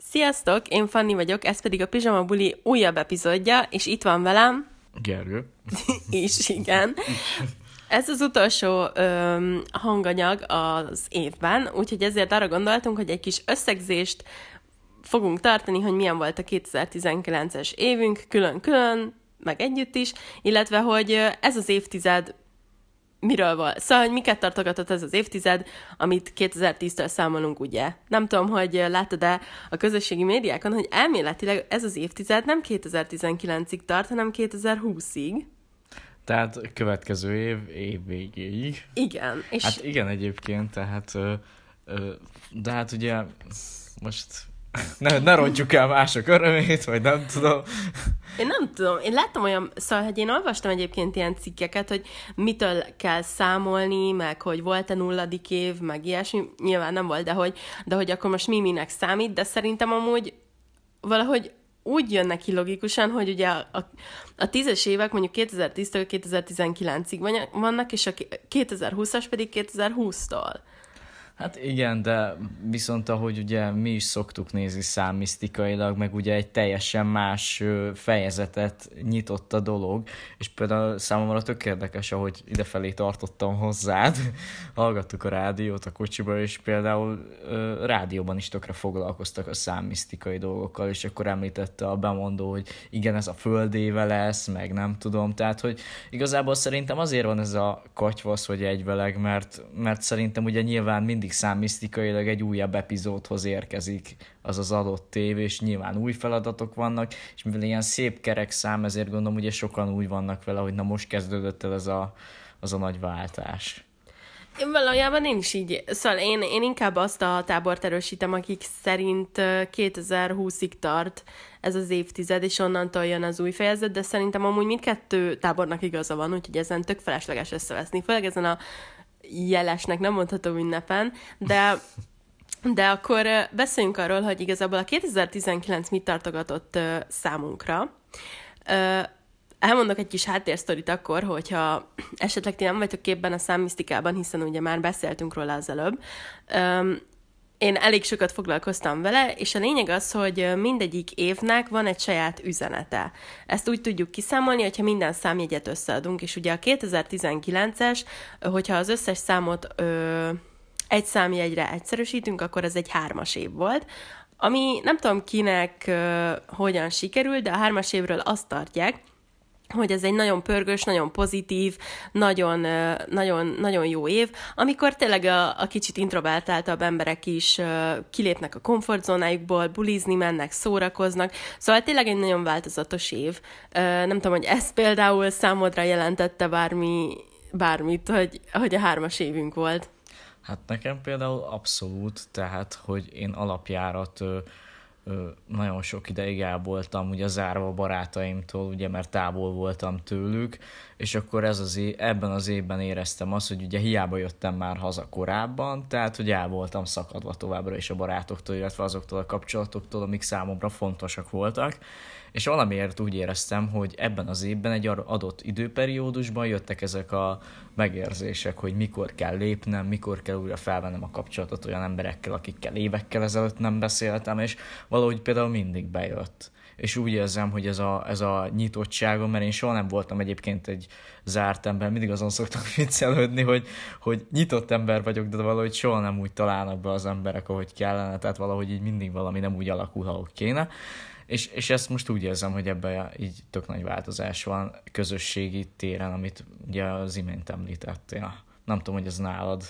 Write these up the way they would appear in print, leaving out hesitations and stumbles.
Sziasztok, én Fanni vagyok, ez pedig a Pizsama Buli újabb epizódja, és itt van velem... Gergő. is, igen. Ez az utolsó hanganyag az évben, úgyhogy ezért arra gondoltunk, hogy egy kis összegzést fogunk tartani, hogy milyen volt a 2019-es évünk, külön-külön, meg együtt is, illetve, hogy ez az évtized miről volt. Szóval, hogy miket tartogatott ez az évtized, amit 2010-től számolunk, ugye? Nem tudom, hogy láttad-e a közösségi médiákon, hogy elméletileg ez az évtized nem 2019-ig tart, hanem 2020-ig. Tehát következő év végéig. Igen. És... Hát igen egyébként, tehát de hát ugye most ne rontjuk el mások örömét, vagy nem tudom. Én nem tudom, én láttam olyan, szóval, hogy én olvastam egyébként ilyen cikkeket, hogy mitől kell számolni, meg hogy volt-e nulladik év, meg ilyesmi, nyilván nem volt, de hogy akkor most minek számít, de szerintem amúgy valahogy úgy jön neki logikusan, hogy ugye a 10-es évek mondjuk 2010-től 2019-ig vannak, és a 2020-as pedig 2020-tól. Hát igen, de viszont ahogy ugye mi is szoktuk nézni számmisztikailag, meg ugye egy teljesen más fejezetet nyitott a dolog, és például számomra tök érdekes, ahogy idefelé tartottam hozzád, hallgattuk a rádiót a kocsiban, és például rádióban is tökre foglalkoztak a számmisztikai dolgokkal, és akkor említette a bemondó, hogy igen, ez a földéve lesz, meg nem tudom, tehát hogy igazából szerintem azért van ez a katyvasz, vagy egyveleg, mert szerintem ugye nyilván mindig számmisztikailag egy újabb epizódhoz érkezik az az adott év, és nyilván új feladatok vannak, és mivel ilyen szép kerek szám, ezért gondolom, ugye sokan úgy vannak vele, hogy na most kezdődött el az a nagy váltás. Valójában én is így, szóval én inkább azt a tábort erősítem, akik szerint 2020-ig tart ez az évtized, és onnantól jön az új fejezet, de szerintem amúgy mindkettő tábornak igaza van, úgyhogy ezen tök felesleges összeveszni, főleg ezen a jelesnek nem mondható ünnepen, de akkor beszéljünk arról, hogy igazából a 2019 mit tartogatott számunkra. Elmondok egy kis háttérsztorit akkor, hogyha esetleg ti nem vagytok képben a számmisztikában, hiszen ugye már beszéltünk róla az előbb. Én elég sokat foglalkoztam vele, és a lényeg az, hogy mindegyik évnek van egy saját üzenete. Ezt úgy tudjuk kiszámolni, hogyha minden számjegyet összeadunk, és ugye a 2019-es, hogyha az összes számot egy számjegyre egyszerűsítünk, akkor ez egy 3-as év volt, ami nem tudom kinek hogyan sikerül, de a 3-as évről azt tartják, hogy ez egy nagyon pörgős, nagyon pozitív, nagyon jó év, amikor tényleg a kicsit introvertáltabb emberek is kilépnek a komfortzónájukból, bulizni mennek, szórakoznak, szóval tényleg egy nagyon változatos év. Nem tudom, hogy ez például számodra jelentette bármit, hogy a 3-as évünk volt. Hát nekem például abszolút, tehát, hogy én alapjárat nagyon sok ideig el voltam ugye zárva a barátaimtól, ugye, mert távol voltam tőlük, és akkor ebben az évben éreztem azt, hogy ugye hiába jöttem már haza korábban, tehát hogy el voltam szakadva továbbra is a barátoktól, illetve azoktól a kapcsolatoktól, amik számomra fontosak voltak, és valamiért úgy éreztem, hogy ebben az évben egy adott időperiódusban jöttek ezek a megérzések, hogy mikor kell lépnem, mikor kell újra felvennem a kapcsolatot olyan emberekkel, akikkel évekkel ezelőtt nem beszéltem, és valahogy például mindig bejött. És úgy érzem, hogy ez a nyitottságom, mert én soha nem voltam egyébként egy zárt ember, mindig azon szoktam viccelődni, hogy nyitott ember vagyok, de valahogy soha nem úgy találnak be az emberek, ahogy kellene, tehát valahogy így mindig valami nem úgy alakul, ahogy kéne. És ezt most úgy érzem, hogy ebben így tök nagy változás van közösségi téren, amit ugye az imént említettél. Nem tudom, hogy ez nálad.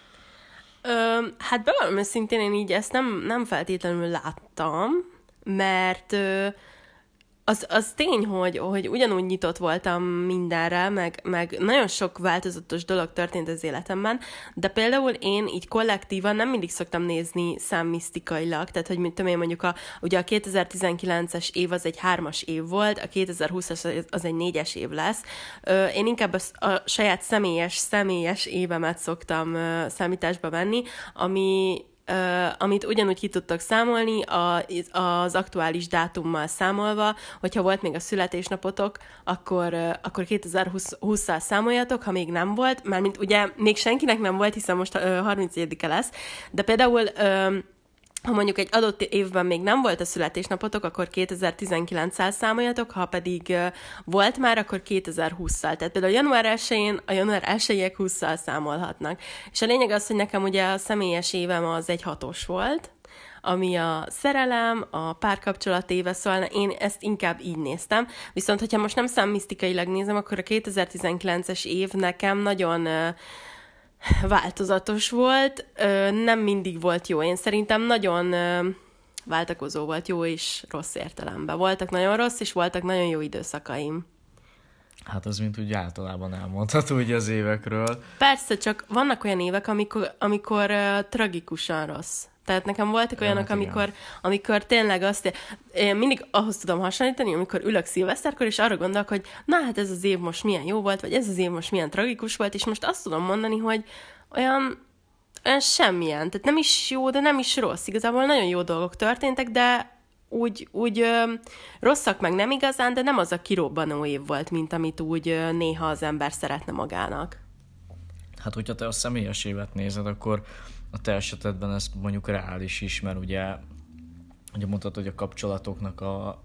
Hát bevallom őszintén, én így ezt nem feltétlenül láttam, mert az tény, hogy ugyanúgy nyitott voltam mindenre, meg nagyon sok változatos dolog történt az életemben, de például én így kollektívan nem mindig szoktam nézni számmisztikailag, tehát hogy tudom én mondjuk ugye a 2019-es év az egy 3-as év volt, a 2020-as az egy 4-es év lesz. Én inkább a saját személyes évemet szoktam számításba venni, amit ugyanúgy ki tudtok számolni az aktuális dátummal számolva, hogyha volt még a születésnapotok, akkor 2020-szal számoljatok, ha még nem volt, mármint ugye még senkinek nem volt, hiszen most 31-e lesz, de például ha mondjuk egy adott évben még nem volt a születésnapotok, akkor 2019-szel számoljatok, ha pedig volt már, akkor 2020-szal. Tehát például január 1-én a január 1-iek 20-szal számolhatnak. És a lényeg az, hogy nekem ugye a személyes évem az egy 6-os volt, ami a szerelem, a párkapcsolat éve, szóval én ezt inkább így néztem. Viszont, hogyha most nem számmisztikailag nézem, akkor a 2019-es év nekem nagyon változatos volt, nem mindig volt jó. Én szerintem nagyon váltakozó volt, jó és rossz értelemben. Voltak nagyon rossz, és voltak nagyon jó időszakaim. Hát az mint úgy általában elmondható ugye az évekről. Persze, csak vannak olyan évek, amikor tragikusan rossz. Tehát nekem voltak olyanok, amikor tényleg én mindig ahhoz tudom hasonlítani, amikor ülök szilveszterkor, és arra gondolok, hogy na hát ez az év most milyen jó volt, vagy ez az év most milyen tragikus volt, és most azt tudom mondani, hogy olyan semmilyen. Tehát nem is jó, de nem is rossz. Igazából nagyon jó dolgok történtek, de úgy rosszak meg nem igazán, de nem az a kirobbanó év volt, mint amit úgy néha az ember szeretne magának. Hát, hogyha te a személyes évet nézed, akkor a te esetedben ez mondjuk reális is, mert ugye mondtad, hogy a kapcsolatoknak,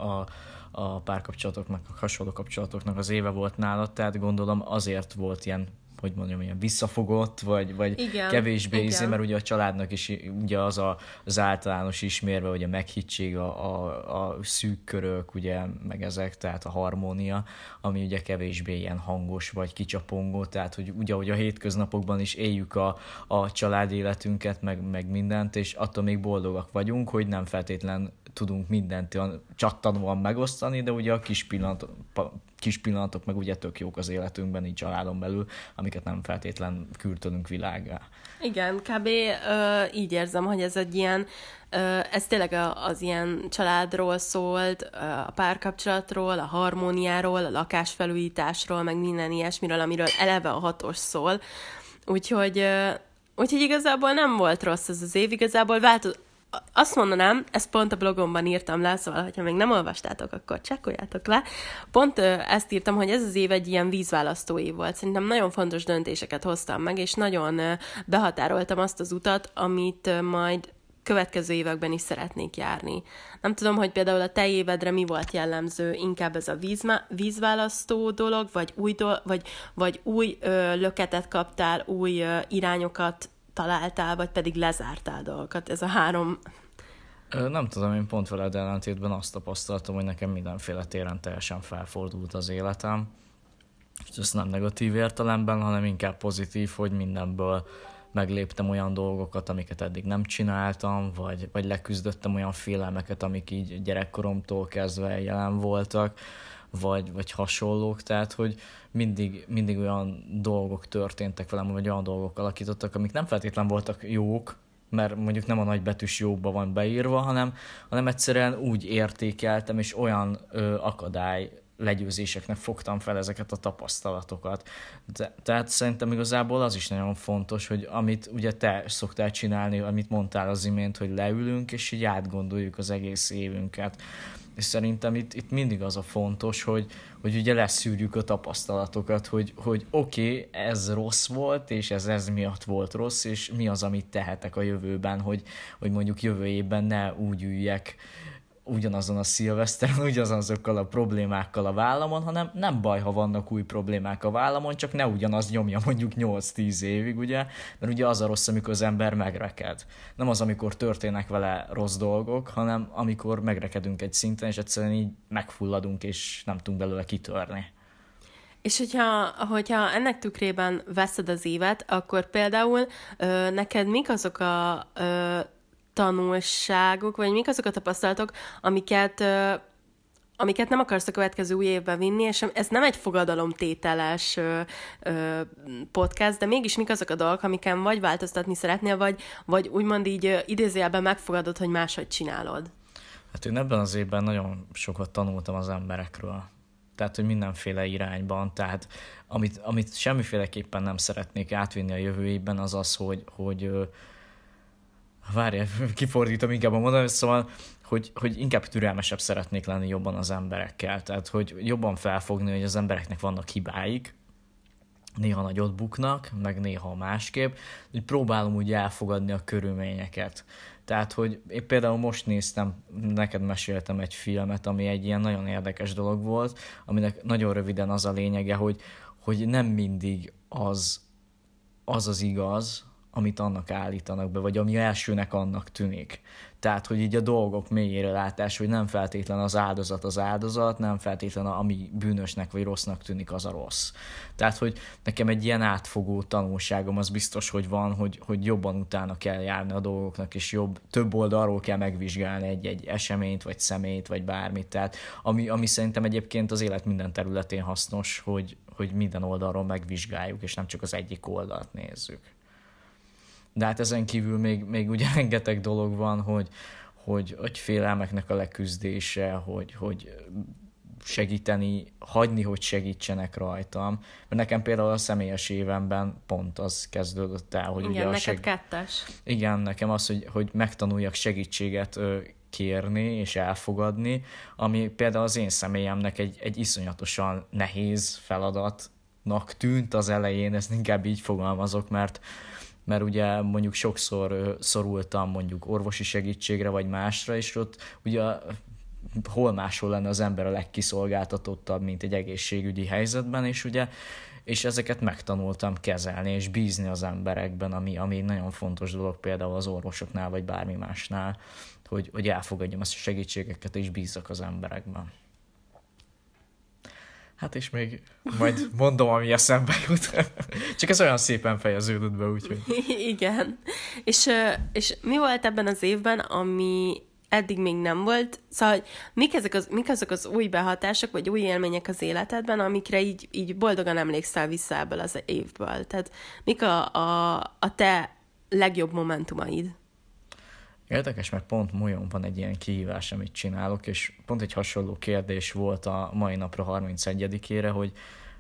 a párkapcsolatoknak, a hasonló kapcsolatoknak az éve volt nálad, tehát gondolom azért volt ilyen, hogy mondjam, ilyen visszafogott, vagy igen, kevésbé igen. mert ugye a családnak is ugye az általános ismérve, hogy a meghittség, a szűk körök, ugye, meg ezek, tehát a harmónia, ami ugye kevésbé ilyen hangos, vagy kicsapongó, tehát hogy ugye, hogy a hétköznapokban is éljük a család életünket, meg mindent, és attól még boldogak vagyunk, hogy nem feltétlen tudunk mindent olyan csattanóan megosztani, de ugye a kis pillanatok meg ugye tök jók az életünkben, így családon belül, amiket nem feltétlen küldtünk világgá. Igen, kb. Így érzem, hogy ez egy ilyen, ez tényleg az ilyen családról szólt, a párkapcsolatról, a harmóniáról, a lakásfelújításról, meg minden ilyesmiről, amiről eleve a 6-os szól. Úgyhogy igazából nem volt rossz ez az év, igazából azt mondanám, ezt pont a blogomban írtam le, szóval, hogyha még nem olvastátok, akkor csekkoljátok le. Pont ezt írtam, hogy ez az év egy ilyen vízválasztó év volt. Szerintem nagyon fontos döntéseket hoztam meg, és nagyon behatároltam azt az utat, amit majd következő években is szeretnék járni. Nem tudom, hogy például a te évedre mi volt jellemző, inkább ez a vízválasztó dolog, vagy új löketet kaptál, új irányokat találtál, vagy pedig lezártál dolgokat. Ez a 3... Nem tudom, én pont veled ellentétben azt tapasztaltam, hogy nekem mindenféle téren teljesen felfordult az életem. És ez nem negatív értelemben, hanem inkább pozitív, hogy mindenből megléptem olyan dolgokat, amiket eddig nem csináltam, vagy leküzdöttem olyan félelmeket, amik így gyerekkoromtól kezdve jelen voltak, vagy hasonlók, tehát hogy mindig olyan dolgok történtek velem, vagy olyan dolgok alakítottak, amik nem feltétlen voltak jók, mert mondjuk nem a nagybetűs jókba van beírva, hanem egyszerűen úgy értékeltem, és olyan akadály legyőzéseknek fogtam fel ezeket a tapasztalatokat. Tehát szerintem igazából az is nagyon fontos, hogy amit ugye te szoktál csinálni, amit mondtál az imént, hogy leülünk, és így átgondoljuk az egész évünket. És szerintem itt mindig az a fontos, hogy ugye leszűrjük a tapasztalatokat, hogy oké, ez rossz volt, és ez miatt volt rossz, és mi az, amit tehetek a jövőben, hogy mondjuk jövő évben ne úgy üljek ugyanazon a szilveszteren, ugyanazokkal a problémákkal a vállamon, hanem nem baj, ha vannak új problémák a vállamon, csak ne ugyanaz nyomja mondjuk 8-10 évig, ugye? Mert ugye az a rossz, amikor az ember megreked. Nem az, amikor történnek vele rossz dolgok, hanem amikor megrekedünk egy szinten, és egyszerűen így megfulladunk, és nem tudunk belőle kitörni. És hogyha ennek tükrében veszed az évet, akkor például neked mik azok a tanulságok, vagy mik azok a tapasztalatok, amiket nem akarsz a következő új évben vinni, és ez nem egy fogadalomtételes podcast, de mégis mik azok a dolgok, amiken vagy változtatni szeretnél, vagy úgymond így idézőjelben megfogadod, hogy máshogy csinálod? Hát én ebben az évben nagyon sokat tanultam az emberekről. Tehát, hogy mindenféle irányban. Tehát, amit semmiféleképpen nem szeretnék átvinni a jövő évben, az az, hogy várjál, kifordítom inkább a mondatot, szóval, hogy inkább türelmesebb szeretnék lenni jobban az emberekkel. Tehát, hogy jobban felfogni, hogy az embereknek vannak hibáik, néha nagyot buknak, meg néha másképp, hogy próbálom úgy elfogadni a körülményeket. Tehát, hogy én például most néztem, neked meséltem egy filmet, ami egy ilyen nagyon érdekes dolog volt, aminek nagyon röviden az a lényege, hogy nem mindig az igaz, amit annak állítanak be, vagy ami elsőnek annak tűnik. Tehát, hogy így a dolgok mélyére látás, hogy nem feltétlen az áldozat, nem feltétlen ami bűnösnek vagy rossznak tűnik, az a rossz. Tehát, hogy nekem egy ilyen átfogó tanulságom az biztos, hogy van, hogy jobban utána kell járni a dolgoknak, és több oldalról kell megvizsgálni egy eseményt, vagy személyt, vagy bármit. Tehát, ami szerintem egyébként az élet minden területén hasznos, hogy minden oldalról megvizsgáljuk, és nem csak az egyik oldalt nézzük. De hát ezen kívül még ugye rengeteg dolog van, hogy félelmeknek a leküzdése, hogy segíteni, hagyni, hogy segítsenek rajtam. Mert nekem például a személyes évemben pont az kezdődött el, hogy igen, ugye neked kettes. Igen, nekem az, hogy megtanuljak segítséget kérni és elfogadni, ami például az én személyemnek egy iszonyatosan nehéz feladatnak tűnt az elején, ezt inkább így fogalmazok, mert ugye mondjuk sokszor szorultam mondjuk orvosi segítségre vagy másra, és ott ugye hol máshol lenne az ember a legkiszolgáltatottabb, mint egy egészségügyi helyzetben, és ezeket megtanultam kezelni, és bízni az emberekben, ami egy nagyon fontos dolog például az orvosoknál, vagy bármi másnál, hogy elfogadjam ezt a segítségeket, és bízzak az emberekben. Hát és még majd mondom, ami eszembe jut. Csak ez olyan szépen fejeződött be, úgyhogy... Igen. És mi volt ebben az évben, ami eddig még nem volt? Szóval mik azok az új behatások, vagy új élmények az életedben, amikre így boldogan emlékszel vissza ebből az évből? Tehát mik a te legjobb momentumaid? Érdekes, mert pont molyon van egy ilyen kihívás, amit csinálok, és pont egy hasonló kérdés volt a mai napra 31-ére, hogy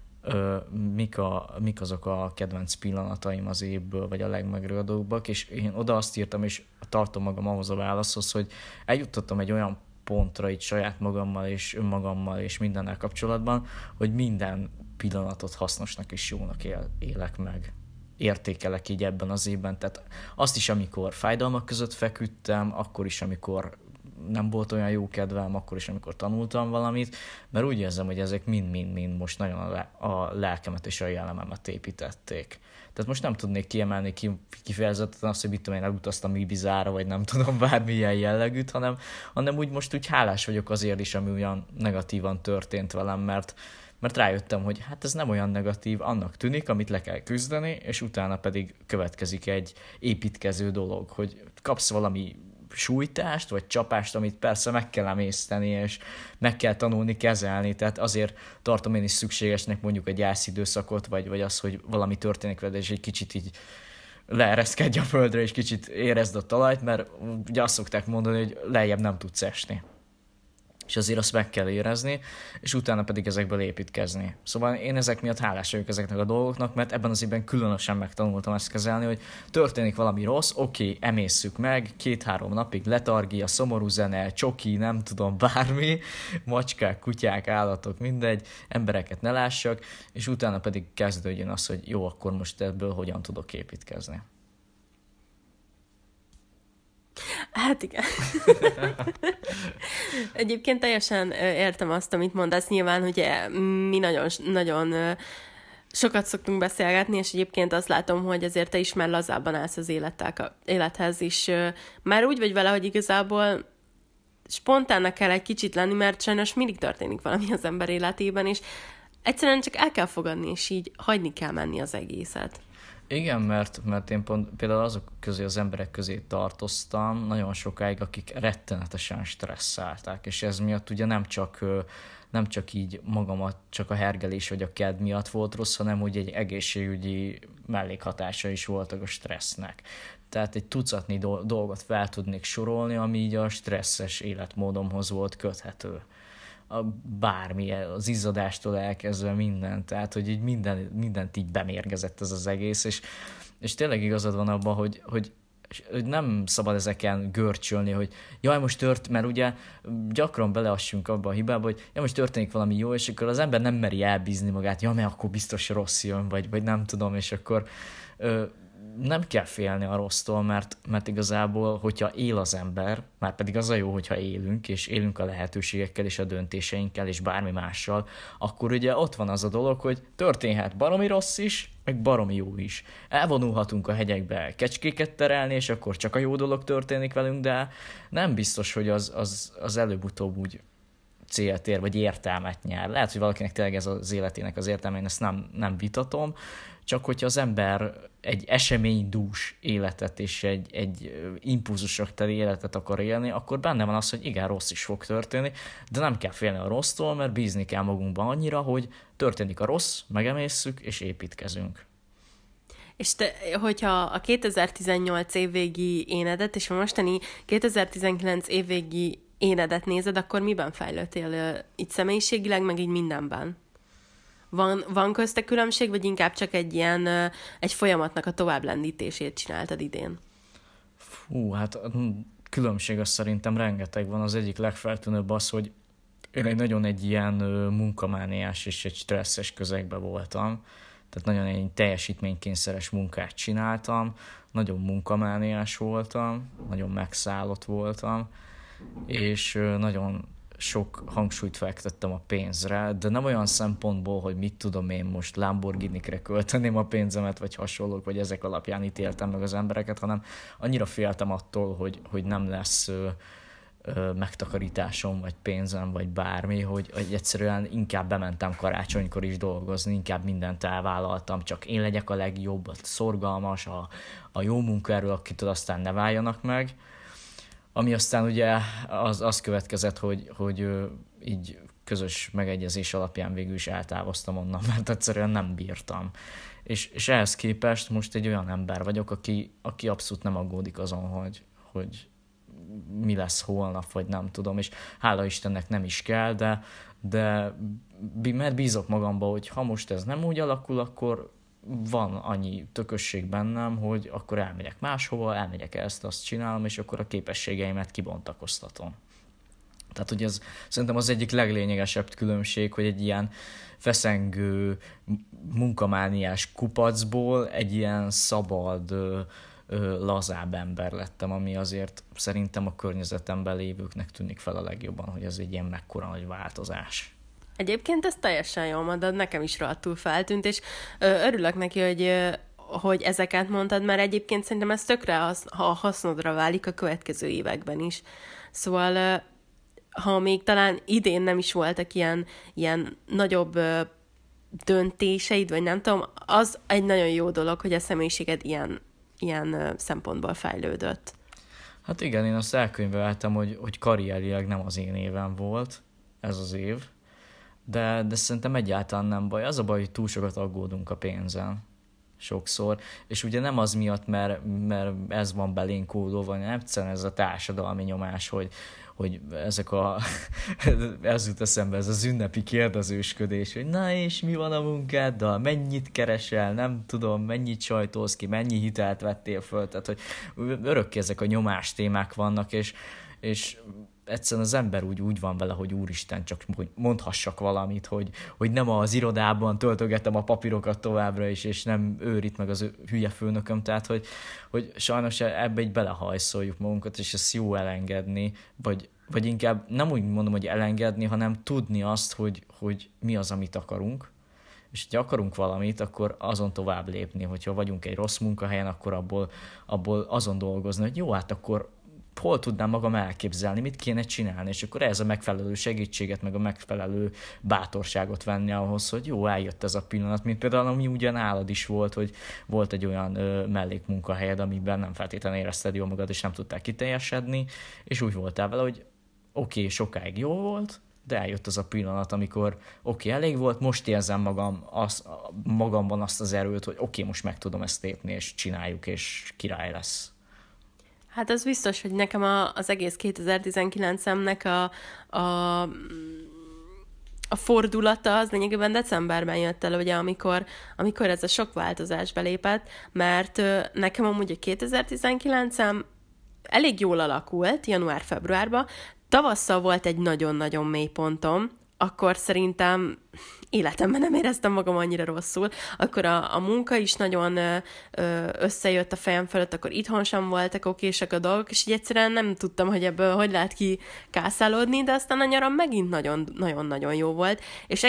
mik azok a kedvenc pillanataim az évből, vagy a legmegragadóbbak, és én oda azt írtam, és tartom magam ahhoz a válaszhoz, hogy eljutottam egy olyan pontra itt saját magammal és önmagammal és mindennel kapcsolatban, hogy minden pillanatot hasznosnak és jónak élek meg. Értékelek így ebben az évben, tehát azt is, amikor fájdalmak között feküdtem, akkor is, amikor nem volt olyan jó kedvem, akkor is, amikor tanultam valamit, mert úgy érzem, hogy ezek mind most nagyon a lelkemet és a jellememet építették. Tehát most nem tudnék kiemelni kifejezetten azt, hogy mit tudom én, elutaztam Ibizára, vagy nem tudom, bármilyen jellegűt, hanem úgy hálás vagyok azért is, ami olyan negatívan történt velem, mert rájöttem, hogy hát ez nem olyan negatív, annak tűnik, amit le kell küzdeni, és utána pedig következik egy építkező dolog, hogy kapsz valami sújtást, vagy csapást, amit persze meg kell emészteni, és meg kell tanulni kezelni, tehát azért tartom én is szükségesnek mondjuk egy gyászidőszakot, vagy az, hogy valami történik veled, és egy kicsit így leereszkedj a földre, és kicsit érezd a talajt, mert ugye azt szokták mondani, hogy lejjebb nem tudsz esni. És azért azt meg kell érezni, és utána pedig ezekből építkezni. Szóval én ezek miatt hálás vagyok ezeknek a dolgoknak, mert ebben az évben különösen megtanultam ezt kezelni, hogy történik valami rossz, oké, emészszük meg, 2-3 napig letargia, szomorú zene, csoki, nem tudom, bármi, macskák, kutyák, állatok, mindegy, embereket ne lássak, és utána pedig kezdődjön az, hogy jó, akkor most ebből hogyan tudok építkezni. Hát igen. Egyébként teljesen értem azt, amit mondasz. Nyilván, hogy mi nagyon, nagyon sokat szoktunk beszélgetni, és egyébként azt látom, hogy azért te is már lazábban állsz az élethez, és már úgy vagy vele, hogy igazából spontánnak kell egy kicsit lenni, mert sajnos mindig történik valami az ember életében, és egyszerűen csak el kell fogadni, és így hagyni kell menni az egészet. Igen, mert én például azok közé, az emberek közé tartoztam nagyon sokáig, akik rettenetesen stresszálták, és ez miatt ugye nem csak így magamat, csak a hergelés vagy a kedv miatt volt rossz, hanem hogy egy egészségügyi mellékhatása is voltak a stressznek. Tehát egy tucatnyi dolgot fel tudnék sorolni, ami így a stresszes életmódomhoz volt köthető. Bármi, az izzadástól elkezdve minden, tehát hogy így mindent így bemérgezett ez az egész, és tényleg igazad van abban, hogy nem szabad ezeken görcsölni, hogy jaj, most mert ugye gyakran beleassunk abba a hibába, hogy jaj, most történik valami jó, és akkor az ember nem meri elbízni magát, ja, mert akkor biztos rossz jön, vagy nem tudom, és akkor nem kell félni a rossztól, mert igazából, hogyha él az ember, már pedig az a jó, hogyha élünk, és élünk a lehetőségekkel, és a döntéseinkkel, és bármi mással, akkor ugye ott van az a dolog, hogy történhet baromi rossz is, meg baromi jó is. Elvonulhatunk a hegyekbe kecskéket terelni, és akkor csak a jó dolog történik velünk, de nem biztos, hogy az előbb-utóbb úgy célt ér, vagy értelmet nyer. Lehet, hogy valakinek tényleg ez az életének az értelme, én ezt nem vitatom, csak hogyha az ember egy eseménydús életet és egy impulzusok teli életet akar élni, akkor benne van az, hogy igen, rossz is fog történni, de nem kell félni a rossztól, mert bízni kell magunkban annyira, hogy történik a rossz, megemészszük és építkezünk. És te, hogyha a 2018 évvégi énedet és a mostani 2019 évvégi énedet nézed, akkor miben fejlődtél itt személyiségileg, meg így mindenben? Van közte különbség, vagy inkább csak egy folyamatnak a továbblendítését csináltad idén? Hát különbség az szerintem rengeteg van. Az egyik legfeltűnőbb az, hogy én nagyon egy ilyen munkamániás és egy stresszes közegben voltam. Tehát nagyon egy teljesítménykényszeres munkát csináltam, nagyon munkamániás voltam, nagyon megszállott voltam, és nagyon sok hangsúlyt fektettem a pénzre, de nem olyan szempontból, hogy mit tudom én most Lamborghini-kre költeném a pénzemet, vagy hasonlók, vagy ezek alapján ítéltem meg az embereket, hanem annyira féltem attól, hogy nem lesz megtakarításom, vagy pénzem, vagy bármi, hogy egyszerűen inkább bementem karácsonykor is dolgozni, inkább mindent elvállaltam, csak én legyek a legjobb, a szorgalmas, a jó munkaerő, akitől aztán ne váljanak meg. Ami aztán ugye az következett, hogy így közös megegyezés alapján végül is eltávoztam onnan, mert egyszerűen nem bírtam. És ehhez képest most egy olyan ember vagyok, aki abszolút nem aggódik azon, hogy mi lesz holnap, vagy nem tudom, és hála Istennek nem is kell, de mert bízok magamba, hogy ha most ez nem úgy alakul, akkor van annyi tökösség bennem, hogy akkor elmegyek máshova, elmegyek ezt-azt csinálom, és akkor a képességeimet kibontakoztatom. Tehát, hogy ez szerintem az egyik leglényegesebb különbség, hogy egy ilyen feszengő, munkamániás kupacból egy ilyen szabad, lazább ember lettem, ami azért szerintem a környezetemben lévőknek tűnik fel a legjobban, hogy ez egy ilyen mekkora nagy változás. Egyébként ez teljesen jól mondod, nekem is rohadtul feltűnt, és örülök neki, hogy ezeket mondtad, mert egyébként szerintem ez tökre ha hasznodra válik a következő években is. Szóval, ha még talán idén nem is voltak ilyen nagyobb döntéseid, vagy nem tudom, az egy nagyon jó dolog, hogy a személyiséged ilyen szempontból fejlődött. Hát igen, én azt elkönyveltem, hogy karrierileg nem az én évem volt ez az év, de szerintem egyáltalán nem baj. Az a baj, hogy túl sokat aggódunk a pénzen. Sokszor. És ugye nem az miatt, mert ez van belénk kódolva, hanem egyszerűen ez a társadalmi nyomás, hogy ezek ez jut eszembe, ez az ünnepi kérdezősködés, hogy na és mi van a munkáddal, mennyit keresel, nem tudom, mennyit sajtolsz ki, mennyi hitelt vettél föl, tehát hogy örökké ezek a nyomás témák vannak, és egyszerűen az ember úgy van vele, hogy úristen, csak mondhassak valamit, hogy nem az irodában töltögetem a papírokat továbbra is, és nem őrít meg az hülye főnököm, tehát hogy sajnos ebbe így belehajszoljuk magunkat, és ezt jó elengedni, vagy inkább nem úgy mondom, hogy elengedni, hanem tudni azt, hogy mi az, amit akarunk, és ha akarunk valamit, akkor azon tovább lépni, hogyha vagyunk egy rossz munkahelyen, akkor abból azon dolgozni, hogy jó, hát akkor hol tudnám magam elképzelni, mit kéne csinálni, és akkor ez a megfelelő segítséget, meg a megfelelő bátorságot venni ahhoz, hogy jó, eljött ez a pillanat, mint például ami ugye nálad is volt, hogy volt egy olyan mellékmunkahelyed, amiben nem feltétlenül érezted jól magad, és nem tudtál kiteljesedni, és úgy voltál vele, hogy oké, sokáig jó volt, de eljött az a pillanat, amikor elég volt, most érzem magamban azt az erőt, hogy most meg tudom ezt lépni, és csináljuk, és király lesz. Hát az biztos, hogy nekem az egész 2019-emnek a fordulata az lényegében decemberben jött el, ugye, amikor ez a sok változás belépett, mert nekem amúgy a 2019-em elég jól alakult, január-februárban, tavasszal volt egy nagyon-nagyon mély pontom, akkor szerintem életemben nem éreztem magam annyira rosszul. Akkor a munka is nagyon összejött a fejem fölött, akkor itthon sem voltak okésak a dolgok, és így egyszerűen nem tudtam, hogy ebből hogy lehet kikászálódni, de aztán a nyaram megint nagyon-nagyon jó volt, és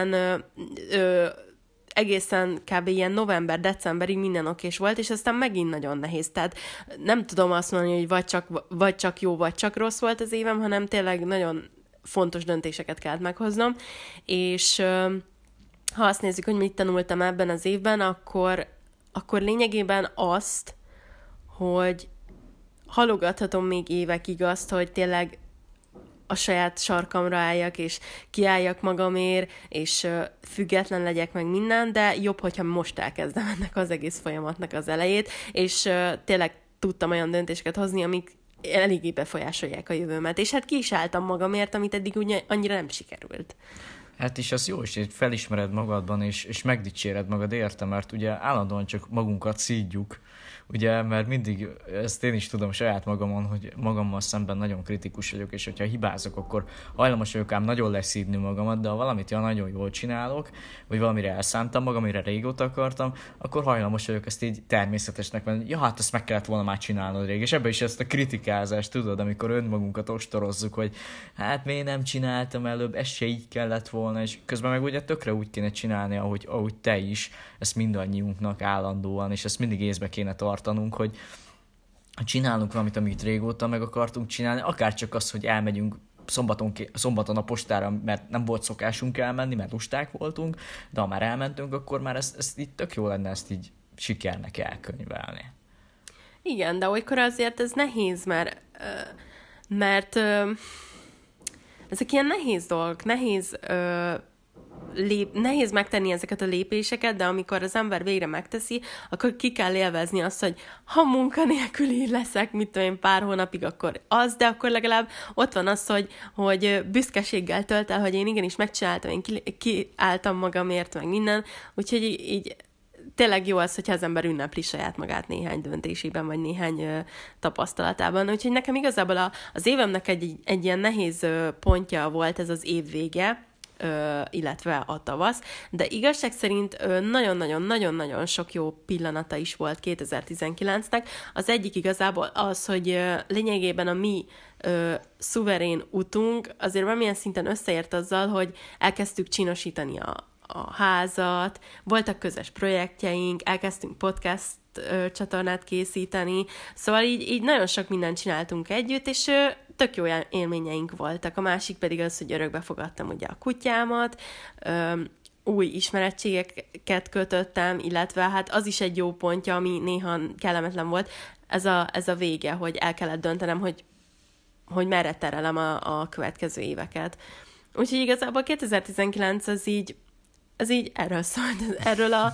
egészen kb. Ilyen november-decemberig minden okés volt, és aztán megint nagyon nehéz. Tehát nem tudom azt mondani, hogy vagy csak jó, vagy csak rossz volt az évem, hanem tényleg nagyon fontos döntéseket kellett meghoznom, és ha azt nézzük, hogy mit tanultam ebben az évben, akkor lényegében azt, hogy halogathatom még évekig azt, hogy tényleg a saját sarkamra álljak, és kiálljak magamért, és független legyek meg minden, de jobb, hogyha most elkezdem ennek az egész folyamatnak az elejét, és tényleg tudtam olyan döntéseket hozni, amik eléggé befolyásolják a jövőmet. És hát ki is álltam magamért, amit eddig úgy annyira nem sikerült. Hát is az jó, és felismered magadban, és megdicséred magad érte, mert ugye állandóan csak magunkat szídjuk, ugye, mert mindig, ezt én is tudom saját magamon, hogy magammal szemben nagyon kritikus vagyok, és hogyha hibázok, akkor hajlamos vagyok ám nagyon leszídni magamat, de ha valamit nagyon jól csinálok, vagy valamire elszántam magam, amire régóta akartam, akkor hajlamos vagyok ezt így természetesnek venni. Ja, hát ezt meg kellett volna már csinálnod rég, és ebbe is ezt a kritikázást, tudod, amikor önmagunkat ostorozzuk, hogy hát miért nem csináltam előbb, ez se így kellett volna, és közben meg ugye tökre úgy kéne csinálni, ahogy te is, ezt mindannyiunknak állandóan, és ezt mindig észbe kéne tartanunk, hogy csinálunk valamit, amit régóta meg akartunk csinálni, akár csak az, hogy elmegyünk szombaton a postára, mert nem volt szokásunk elmenni, mert lusták voltunk, de ha már elmentünk, akkor már ezt így tök jó lenne ezt így sikernek elkönyvelni. Igen, de olykor azért ez nehéz, mert ezek ilyen nehéz dolgok, nehéz megtenni ezeket a lépéseket, de amikor az ember végre megteszi, akkor ki kell élvezni azt, hogy ha munkanélküli leszek, mit tudom én, pár hónapig, akkor az, de akkor legalább ott van az, hogy büszkeséggel tölt el, hogy én igenis megcsináltam, én kiálltam magamért, meg minden, úgyhogy így tényleg jó az, hogyha az ember ünnepli saját magát néhány döntésében, vagy néhány tapasztalatában. Úgyhogy nekem igazából az évemnek egy ilyen nehéz pontja volt ez az év vége, illetve a tavasz, de igazság szerint nagyon-nagyon-nagyon-nagyon sok jó pillanata is volt 2019-nek. Az egyik igazából az, hogy lényegében a mi szuverén utunk azért valamilyen szinten összeért azzal, hogy elkezdtük csinosítani a házat, voltak közös projektjeink, elkezdtünk podcast csatornát készíteni, szóval így nagyon sok mindent csináltunk együtt, és tök jó élményeink voltak. A másik pedig az, hogy örökbe fogadtam ugye a kutyámat, új ismerettségeket kötöttem, illetve hát az is egy jó pontja, ami néha kellemetlen volt, ez a vége, hogy el kellett döntenem, hogy merre terelem a következő éveket. Úgyhogy igazából 2019 az így erről szólt,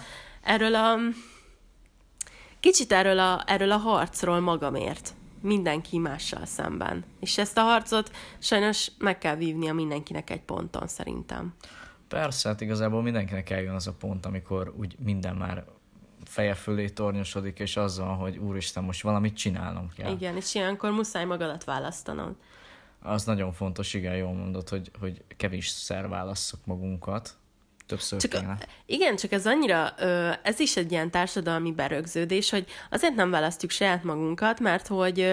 erről a harcról magamért, mindenki mással szemben. És ezt a harcot sajnos meg kell vívnia mindenkinek egy ponton, szerintem. Persze, hát igazából mindenkinek eljön az a pont, amikor úgy minden már feje fölé tornyosodik, és az van, hogy úristen, most valamit csinálnom kell. Igen, és ilyenkor muszáj magadat választanod. Az nagyon fontos, igen, jól mondod, hogy kevésszer válasszuk magunkat. Igen, csak ez annyira, ez is egy ilyen társadalmi berögződés, hogy azért nem választjuk saját magunkat, mert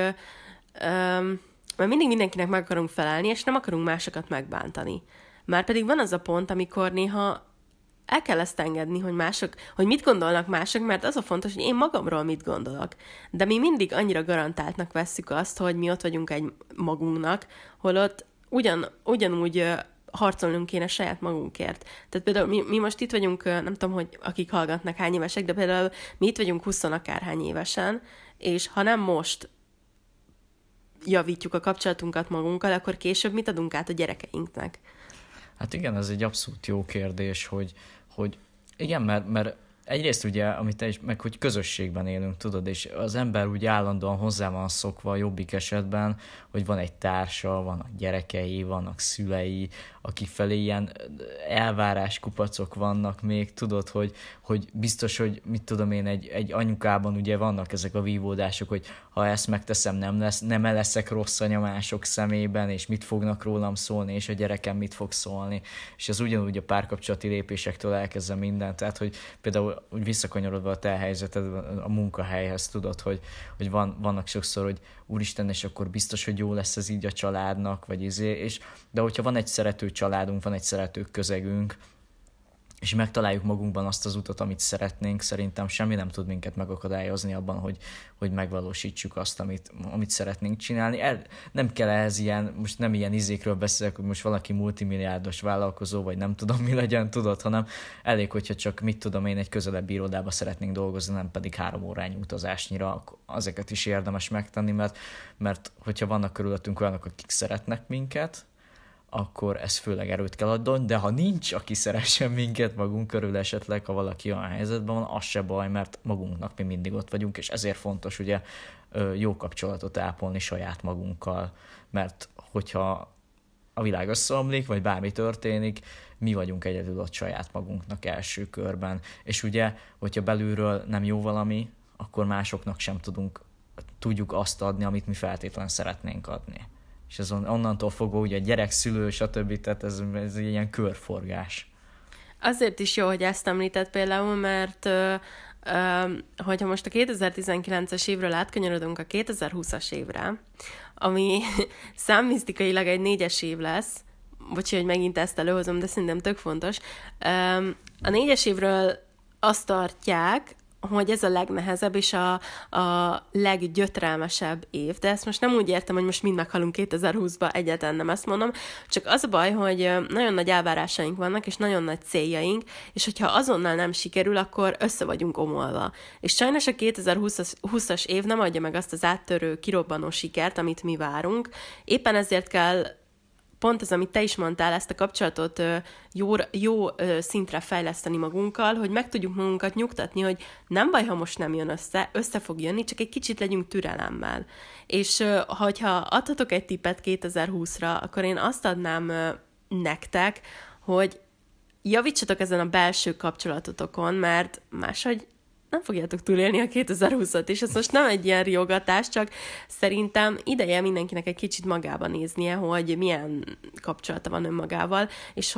mindig mindenkinek meg akarunk felelni, és nem akarunk másokat megbántani. Márpedig van az a pont, amikor néha el kell ezt engedni, hogy mit gondolnak mások, mert az a fontos, hogy én magamról mit gondolok. De mi mindig annyira garantáltnak vesszük azt, hogy mi ott vagyunk egy magunknak, holott ugyanúgy harcolnunk kéne saját magunkért. Tehát például mi most itt vagyunk, nem tudom, hogy akik hallgatnak hány évesek, de például mi itt vagyunk 20 akárhány évesen, és ha nem most javítjuk a kapcsolatunkat magunkkal, akkor később mit adunk át a gyerekeinknek? Hát igen, ez egy abszolút jó kérdés, hogy igen, mert egyrészt ugye, amit te is, meg hogy közösségben élünk, tudod, és az ember úgy állandóan hozzá van szokva a jobbik esetben, hogy van egy társa, vannak gyerekei, vannak szülei, akik felé ilyen elvárás kupacok vannak még, tudod, hogy biztos, hogy mit tudom én, egy anyukában ugye vannak ezek a vívódások, hogy ha ezt megteszem, nem leszek rossz anya mások szemében, és mit fognak rólam szólni, és a gyerekem mit fog szólni, és ez ugyanúgy a párkapcsolati lépésektől elkezdve minden, tehát, hogy például úgy visszakanyarodva a te helyzeted a munkahelyhez, tudod, hogy vannak sokszor, hogy úristen, és akkor biztos, hogy jó lesz ez így a családnak, vagy de hogyha van egy szerető családunk, van egy szerető közegünk, és megtaláljuk magunkban azt az utat, amit szeretnénk, szerintem semmi nem tud minket megakadályozni abban, hogy megvalósítsuk azt, amit szeretnénk csinálni. Nem kell ehhez most nem ilyen izékről beszélek, hogy most valaki multimilliárdos vállalkozó, vagy nem tudom mi legyen, tudod, hanem elég, hogyha csak mit tudom én, egy közelebbi irodába szeretnénk dolgozni, nem pedig 3 órányi utazásnyira, ezeket is érdemes megtenni, mert hogyha vannak körülöttünk olyanok, akik szeretnek minket, akkor ez főleg erőt kell adni, de ha nincs, aki szeressen minket magunk körül esetleg, ha valaki olyan helyzetben van, az se baj, mert magunknak mi mindig ott vagyunk, és ezért fontos ugye jó kapcsolatot ápolni saját magunkkal, mert hogyha a világ összeomlik, vagy bármi történik, mi vagyunk egyedül ott saját magunknak első körben, és ugye, hogyha belülről nem jó valami, akkor másoknak sem tudjuk azt adni, amit mi feltétlenül szeretnénk adni. És ez onnantól fogva ugye gyerek, szülő, stb. Tehát ez egy ilyen körforgás. Azért is jó, hogy ezt említett például, mert hogyha most a 2019-es évről átkanyarodunk a 2020-as évre, ami számmisztikailag egy 4-es év lesz, bocsi, hogy megint ezt előhozom, de szerintem tök fontos. A 4-es évről azt tartják, hogy ez a legnehezebb és a leggyötrelmesebb év. De ezt most nem úgy értem, hogy most mind meghalunk 2020-ba, egyáltalán nem ezt mondom, csak az a baj, hogy nagyon nagy elvárásaink vannak, és nagyon nagy céljaink, és hogyha azonnal nem sikerül, akkor össze vagyunk omolva. És sajnos a 2020-as év nem adja meg azt az áttörő, kirobbanó sikert, amit mi várunk. Éppen ezért kell pont az, amit te is mondtál, ezt a kapcsolatot jó szintre fejleszteni magunkkal, hogy meg tudjuk magunkat nyugtatni, hogy nem baj, ha most nem jön össze fog jönni, csak egy kicsit legyünk türelemmel. És hogyha adhatok egy tippet 2020-ra, akkor én azt adnám nektek, hogy javítsatok ezen a belső kapcsolatotokon, mert máshogy nem fogjátok túlélni a 2020-at, és ez most nem egy ilyen riogatás, csak szerintem ideje mindenkinek egy kicsit magába néznie, hogy milyen kapcsolata van önmagával, és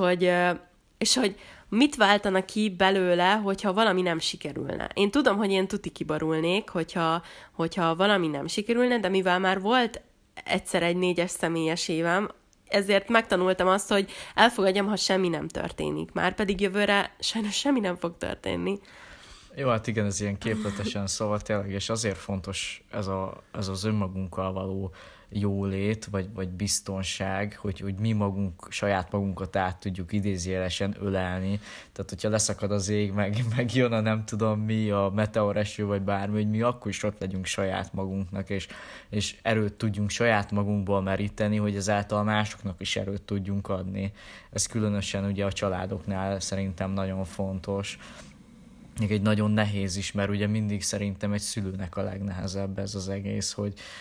hogy mit váltana ki belőle, hogyha valami nem sikerülne. Én tudom, hogy én tuti kibarulnék, hogyha valami nem sikerülne, de mivel már volt egyszer egy 4-es személyes évem, ezért megtanultam azt, hogy elfogadjam, ha semmi nem történik. Már pedig jövőre sajnos semmi nem fog történni. Jó, hát igen, ez ilyen képletesen szóval tényleg, és azért fontos ez az önmagunkkal való jólét, vagy biztonság, hogy mi saját magunkat át tudjuk idézőjelesen ölelni. Tehát, hogyha leszakad az ég, meg jön a nem tudom mi, a meteoreső, vagy bármi, hogy mi akkor is ott legyünk saját magunknak, és erőt tudjunk saját magunkból meríteni, hogy ezáltal másoknak is erőt tudjunk adni. Ez különösen ugye a családoknál szerintem nagyon fontos. Még egy nagyon nehéz is, mert ugye mindig szerintem egy szülőnek a legnehezebb ez az egész,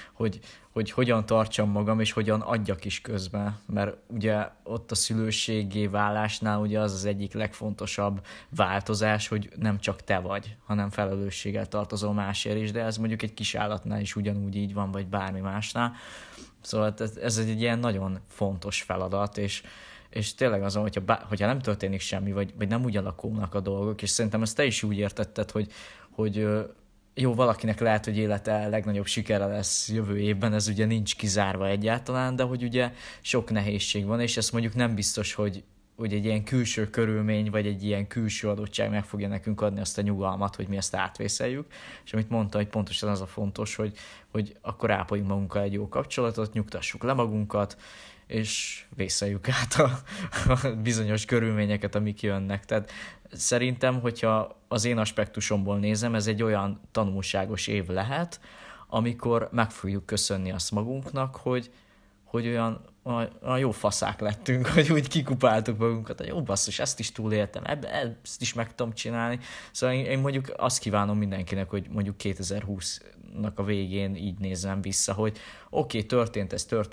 hogy hogyan tartsam magam, és hogyan adjak is közben. Mert ugye ott a szülőséggé válásnál ugye az egyik legfontosabb változás, hogy nem csak te vagy, hanem felelősséggel tartozol másért is, de ez mondjuk egy kis állatnál is ugyanúgy így van, vagy bármi másnál. Szóval ez egy ilyen nagyon fontos feladat, és tényleg azon, hogyha nem történik semmi, vagy nem úgy alakulnak a dolgok, és szerintem ezt te is úgy értetted, hogy jó, valakinek lehet, hogy élete legnagyobb sikere lesz jövő évben, ez ugye nincs kizárva egyáltalán, de hogy ugye sok nehézség van, és ezt mondjuk nem biztos, hogy egy ilyen külső körülmény, vagy egy ilyen külső adottság meg fogja nekünk adni azt a nyugalmat, hogy mi ezt átvészeljük. És amit mondta, hogy pontosan az a fontos, hogy akkor ápoljunk magunkkal egy jó kapcsolatot, nyugtassuk le magunkat, és vészeljük át a bizonyos körülményeket, amik jönnek. Tehát szerintem, hogyha az én aspektusomból nézem, ez egy olyan tanulságos év lehet, amikor meg fogjuk köszönni azt magunknak, hogy olyan jó faszák lettünk, hogy úgy kikupáltuk magunkat, hogy jó basszus, ezt is túléltem, ezt is meg tudom csinálni. Szóval én mondjuk azt kívánom mindenkinek, hogy mondjuk 2020-nak a végén így nézzem vissza, hogy oké, történt,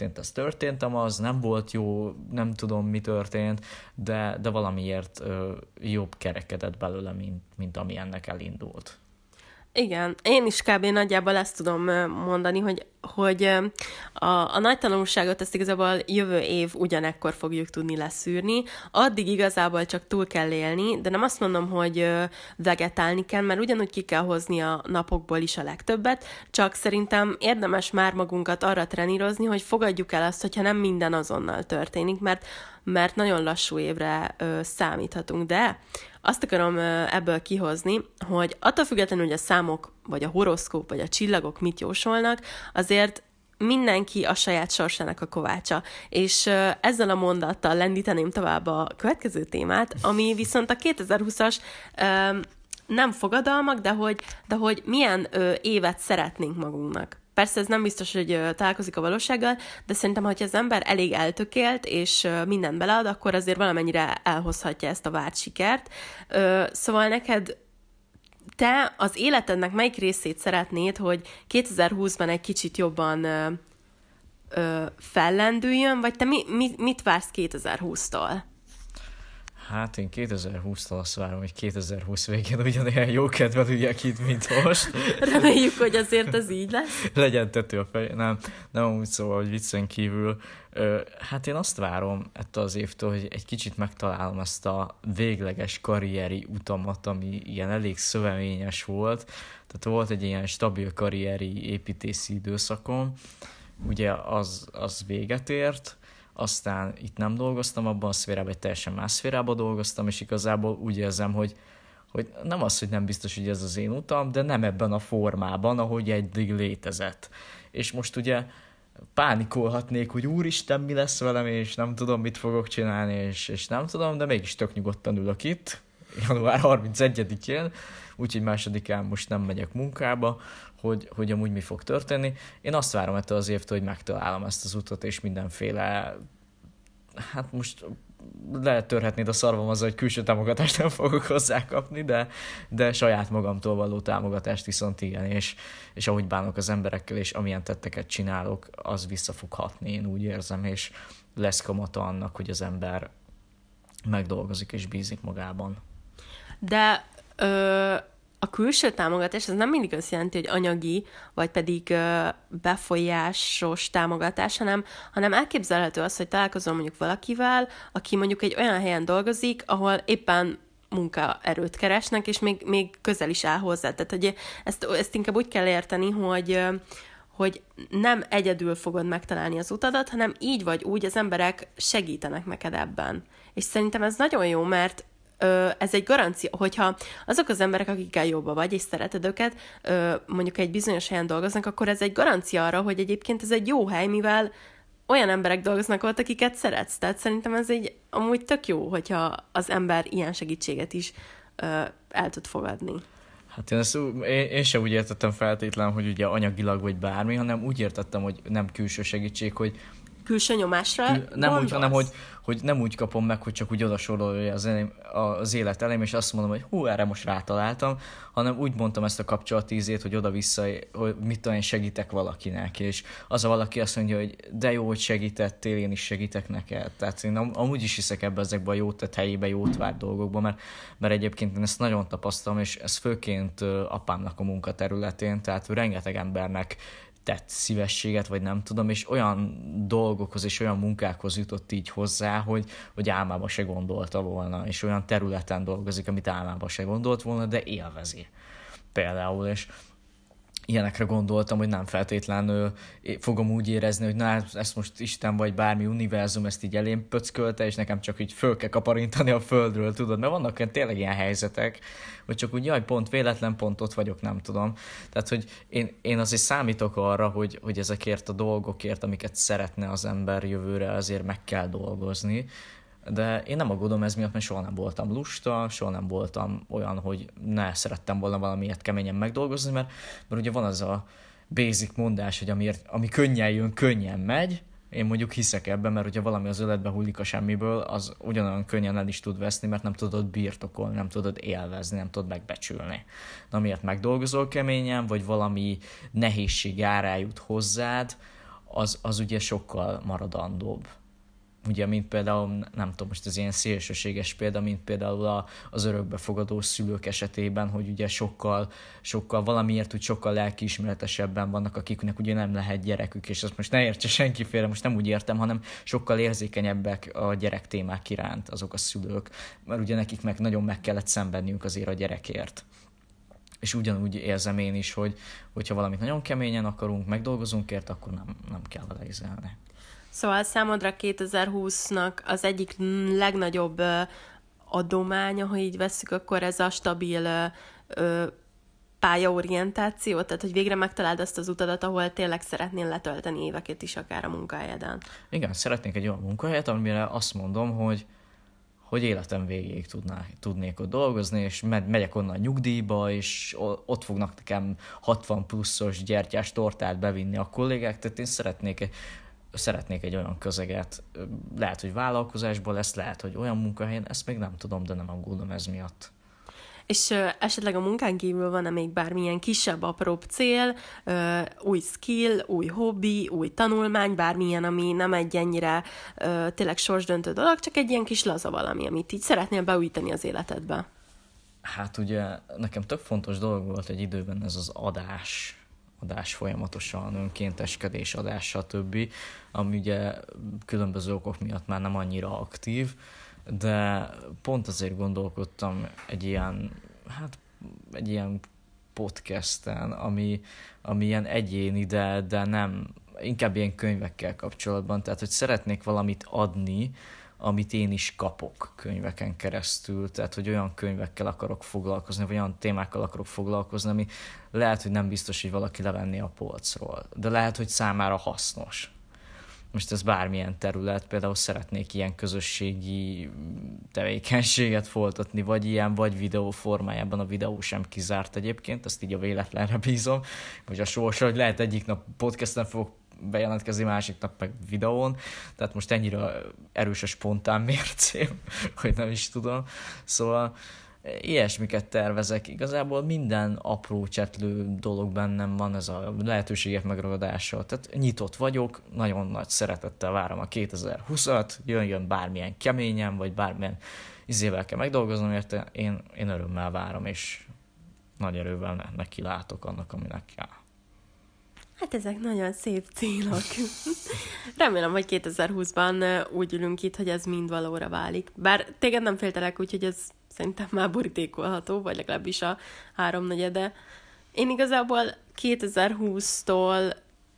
az nem volt jó, nem tudom, mi történt, de valamiért jobb kerekedett belőle, mint ami ennek elindult. Igen, én is kb. Nagyjából ezt tudom mondani, hogy a nagy tanulságot ezt igazából jövő év ugyanekkor fogjuk tudni leszűrni. Addig igazából csak túl kell élni, de nem azt mondom, hogy vegetálni kell, mert ugyanúgy ki kell hozni a napokból is a legtöbbet, csak szerintem érdemes már magunkat arra trenírozni, hogy fogadjuk el azt, hogyha nem minden azonnal történik, mert nagyon lassú évre számíthatunk, de azt akarom ebből kihozni, hogy attól függetlenül, hogy a számok, vagy a horoszkóp, vagy a csillagok mit jósolnak, azért mindenki a saját sorsának a kovácsa. És ezzel a mondattal lendíteném tovább a következő témát, ami viszont a 2020-as nem fogadalmak, de hogy milyen évet szeretnénk magunknak. Persze ez nem biztos, hogy találkozik a valósággal, de szerintem, hogyha az ember elég eltökélt, és mindent belead, akkor azért valamennyire elhozhatja ezt a várt sikert. Szóval neked te az életednek melyik részét szeretnéd, hogy 2020-ban egy kicsit jobban fellendüljön, vagy te mit vársz 2020-tól? Hát én 2020-tól azt várom, hogy 2020 végén ugyanilyen jó kedvel üljek itt, mint most. Reméljük, hogy azért ez így lesz. Legyen tető a fej. Nem úgy szóval, hogy viccen kívül. Hát én azt várom ettől az évtől, hogy egy kicsit megtalálom ezt a végleges karrieri utamat, ami ilyen elég szövevényes volt. Tehát volt egy ilyen stabil karrieri építészi időszakom. Ugye az véget ért, aztán itt nem dolgoztam abban a szférában, egy teljesen más szférában dolgoztam, és igazából úgy érzem, hogy nem az, hogy nem biztos, hogy ez az én utam, de nem ebben a formában, ahogy eddig létezett. És most ugye pánikolhatnék, hogy úristen, mi lesz velem, és nem tudom, mit fogok csinálni, és nem tudom, de mégis tök nyugodtan ülök itt, január 31-én, úgyhogy másodikán most nem megyek munkába, hogy amúgy mi fog történni. Én azt várom ettől az évtől, hogy megtalálom ezt az utat, és mindenféle, hát most lehet törhetnéd a szarvam azzal, hogy külső támogatást nem fogok hozzá kapni, de saját magamtól való támogatást viszont igen, és ahogy bánok az emberekkel, és amilyen tetteket csinálok, az vissza fog hatni, én úgy érzem, és lesz kamata annak, hogy az ember megdolgozik és bízik magában. De a külső támogatás az nem mindig azt jelenti, hogy anyagi, vagy pedig befolyásos támogatás, hanem elképzelhető az, hogy találkozom mondjuk valakivel, aki mondjuk egy olyan helyen dolgozik, ahol éppen munkaerőt keresnek, és még közel is áll hozzá. Tehát hogy ezt inkább úgy kell érteni, hogy nem egyedül fogod megtalálni az utadat, hanem így vagy úgy az emberek segítenek neked ebben. És szerintem ez nagyon jó, mert ez egy garancia, hogyha azok az emberek, akikkel jobban vagy, és szereted őket, mondjuk egy bizonyos helyen dolgoznak, akkor ez egy garancia arra, hogy egyébként ez egy jó hely, mivel olyan emberek dolgoznak ott, akiket szeretsz. Tehát szerintem ez amúgy tök jó, hogyha az ember ilyen segítséget is el tud fogadni. Hát én sem úgy értettem feltétlenül, hogy ugye anyagilag vagy bármi, hanem úgy értettem, hogy nem külső segítség, hogy külső nyomásra nem úgy, hanem hogy nem úgy kapom meg, hogy csak úgy odasorolja az élet elém, és azt mondom, hogy erre most rátaláltam, hanem úgy mondtam ezt a kapcsolatízét, hogy oda-vissza, hogy mit tudom, én segítek valakinek, és az a valaki azt mondja, hogy de jó, hogy segítettél, én is segítek neked. Tehát én amúgy is hiszek ezekbe a jót tett helyébe, jót várt dolgokba, mert egyébként én ezt nagyon tapasztalom, és ez főként apámnak a munkaterületén, tehát rengeteg embernek tett szívességet, vagy nem tudom, és olyan dolgokhoz és olyan munkákhoz jutott így hozzá, hogy álmába se gondolta volna, és olyan területen dolgozik, amit álmába se gondolt volna, de élvezi. Például, és ilyenekre gondoltam, hogy nem feltétlenül fogom úgy érezni, hogy na, ezt most Isten vagy bármi univerzum ezt így elém pöckölte, és nekem csak így föl kell kaparintani a földről, tudod? Mert vannak tényleg ilyen helyzetek, hogy csak úgy, pont véletlen, pont ott vagyok, nem tudom. Tehát, hogy én azért számítok arra, hogy ezekért a dolgokért, amiket szeretne az ember jövőre, azért meg kell dolgozni. De én nem aggódom ez miatt, mert soha nem voltam lusta, soha nem voltam olyan, hogy ne szerettem volna valamiért keményen megdolgozni, mert ugye van az a basic mondás, hogy ami könnyen jön, könnyen megy, én mondjuk hiszek ebben, mert hogyha valami az öletbe hullik a semmiből, az ugyanolyan könnyen el is tud veszni, mert nem tudod birtokolni, nem tudod élvezni, nem tudod megbecsülni. Na miért megdolgozol keményen, vagy valami nehézség árán jut hozzád, az ugye sokkal maradandóbb. Ugye, mint például, nem tudom, most ez ilyen szélsőséges példa, mint például az örökbefogadó szülők esetében, hogy ugye sokkal valamiért úgy sokkal lelkiismeretesebben vannak, akiknek ugye nem lehet gyerekük, és azt most ne értse senki félre, most nem úgy értem, hanem sokkal érzékenyebbek a gyerek témák iránt azok a szülők, mert ugye nekik meg nagyon meg kellett szenvedniük azért a gyerekért. És ugyanúgy érzem én is, hogyha valamit nagyon keményen akarunk, megdolgozunk ért, akkor nem kell vele izélni. Szóval számodra 2020-nak az egyik legnagyobb adománya, ha így vesszük, akkor ez a stabil pályaorientáció, tehát hogy végre megtaláld azt az utadat, ahol tényleg szeretnél letölteni éveket is akár a munkahelyeden. Igen, szeretnék egy olyan munkahelyet, amire azt mondom, hogy életem végéig tudnék ott dolgozni, és megyek onnan nyugdíjba, és ott fognak nekem 60 pluszos gyertyás tortát bevinni a kollégák, tehát én szeretnék egy olyan közeget, lehet, hogy vállalkozásból lesz, lehet, hogy olyan munkahelyen, ezt még nem tudom, de nem aggódom ez miatt. És esetleg a munkán kívül van-e még bármilyen kisebb, apróbb cél, új skill, új hobbi, új tanulmány, bármilyen, ami nem egy ennyire tényleg sorsdöntő dolog, csak egy ilyen kis laza valami, amit így szeretnél beújítani az életedbe? Hát ugye nekem tök fontos dolog volt egy időben ez az adás folyamatosan, önkénteskedés, adás, stb., ami ugye különböző okok miatt már nem annyira aktív, de pont azért gondolkodtam egy ilyen podcasten, ami ilyen egyéni, de nem, inkább ilyen könyvekkel kapcsolatban, tehát hogy szeretnék valamit adni, amit én is kapok könyveken keresztül, tehát hogy olyan könyvekkel akarok foglalkozni, vagy olyan témákkal akarok foglalkozni, ami lehet, hogy nem biztos, hogy valaki levenné a polcról, de lehet, hogy számára hasznos. Most ez bármilyen terület, például szeretnék ilyen közösségi tevékenységet folytatni, vagy videó formájában, a videó sem kizárt egyébként, ezt így a véletlenre bízom, vagy a sorsa, hogy lehet egyik nap podcasten fogok bejelentkezni, másik nap meg videón, tehát most ennyire erős a spontán mércém, hogy nem is tudom. Szóval ilyesmiket tervezek. Igazából minden apró csetlő dolog bennem van, ez a lehetőségek megragadása. Tehát nyitott vagyok, nagyon nagy szeretettel várom a 2020-at, jön bármilyen keményen, vagy bármilyen izével kell megdolgoznom, érte én örömmel várom, és nagy erővel neki látok annak, aminek kell. Hát ezek nagyon szép célok. Remélem, hogy 2020-ban úgy ülünk itt, hogy ez mind valóra válik. Bár téged nem féltelek, úgyhogy ez szerintem már borítékolható, vagy legalábbis a 3/4. Én igazából 2020-tól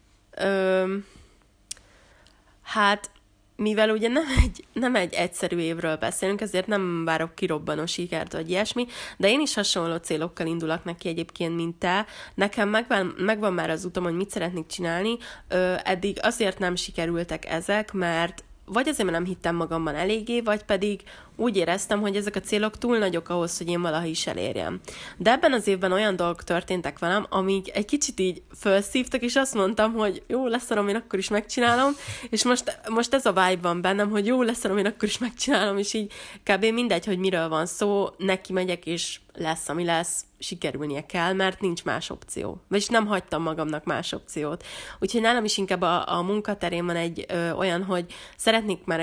hát mivel ugye nem egy egyszerű évről beszélünk, ezért nem várok kirobbanó sikert, vagy ilyesmi, de én is hasonló célokkal indulok neki egyébként, mint te. Nekem megvan már az utam, hogy mit szeretnék csinálni. Eddig azért nem sikerültek ezek, mert vagy azért, mert nem hittem magamban eléggé, vagy pedig úgy éreztem, hogy ezek a célok túl nagyok ahhoz, hogy én valaha is elérjem. De ebben az évben olyan dolgok történtek velem, amik egy kicsit így felszívtak, és azt mondtam, hogy jó, leszarom, én akkor is megcsinálom, és most ez a vibe van bennem, hogy jó, leszarom, én akkor is megcsinálom, és így kb. Mindegy, hogy miről van szó, neki megyek, és lesz, ami lesz, sikerülnie kell, mert nincs más opció. Vagyis nem hagytam magamnak más opciót. Úgyhogy nálam is inkább a munkaterén van egy olyan, hogy szeretnék már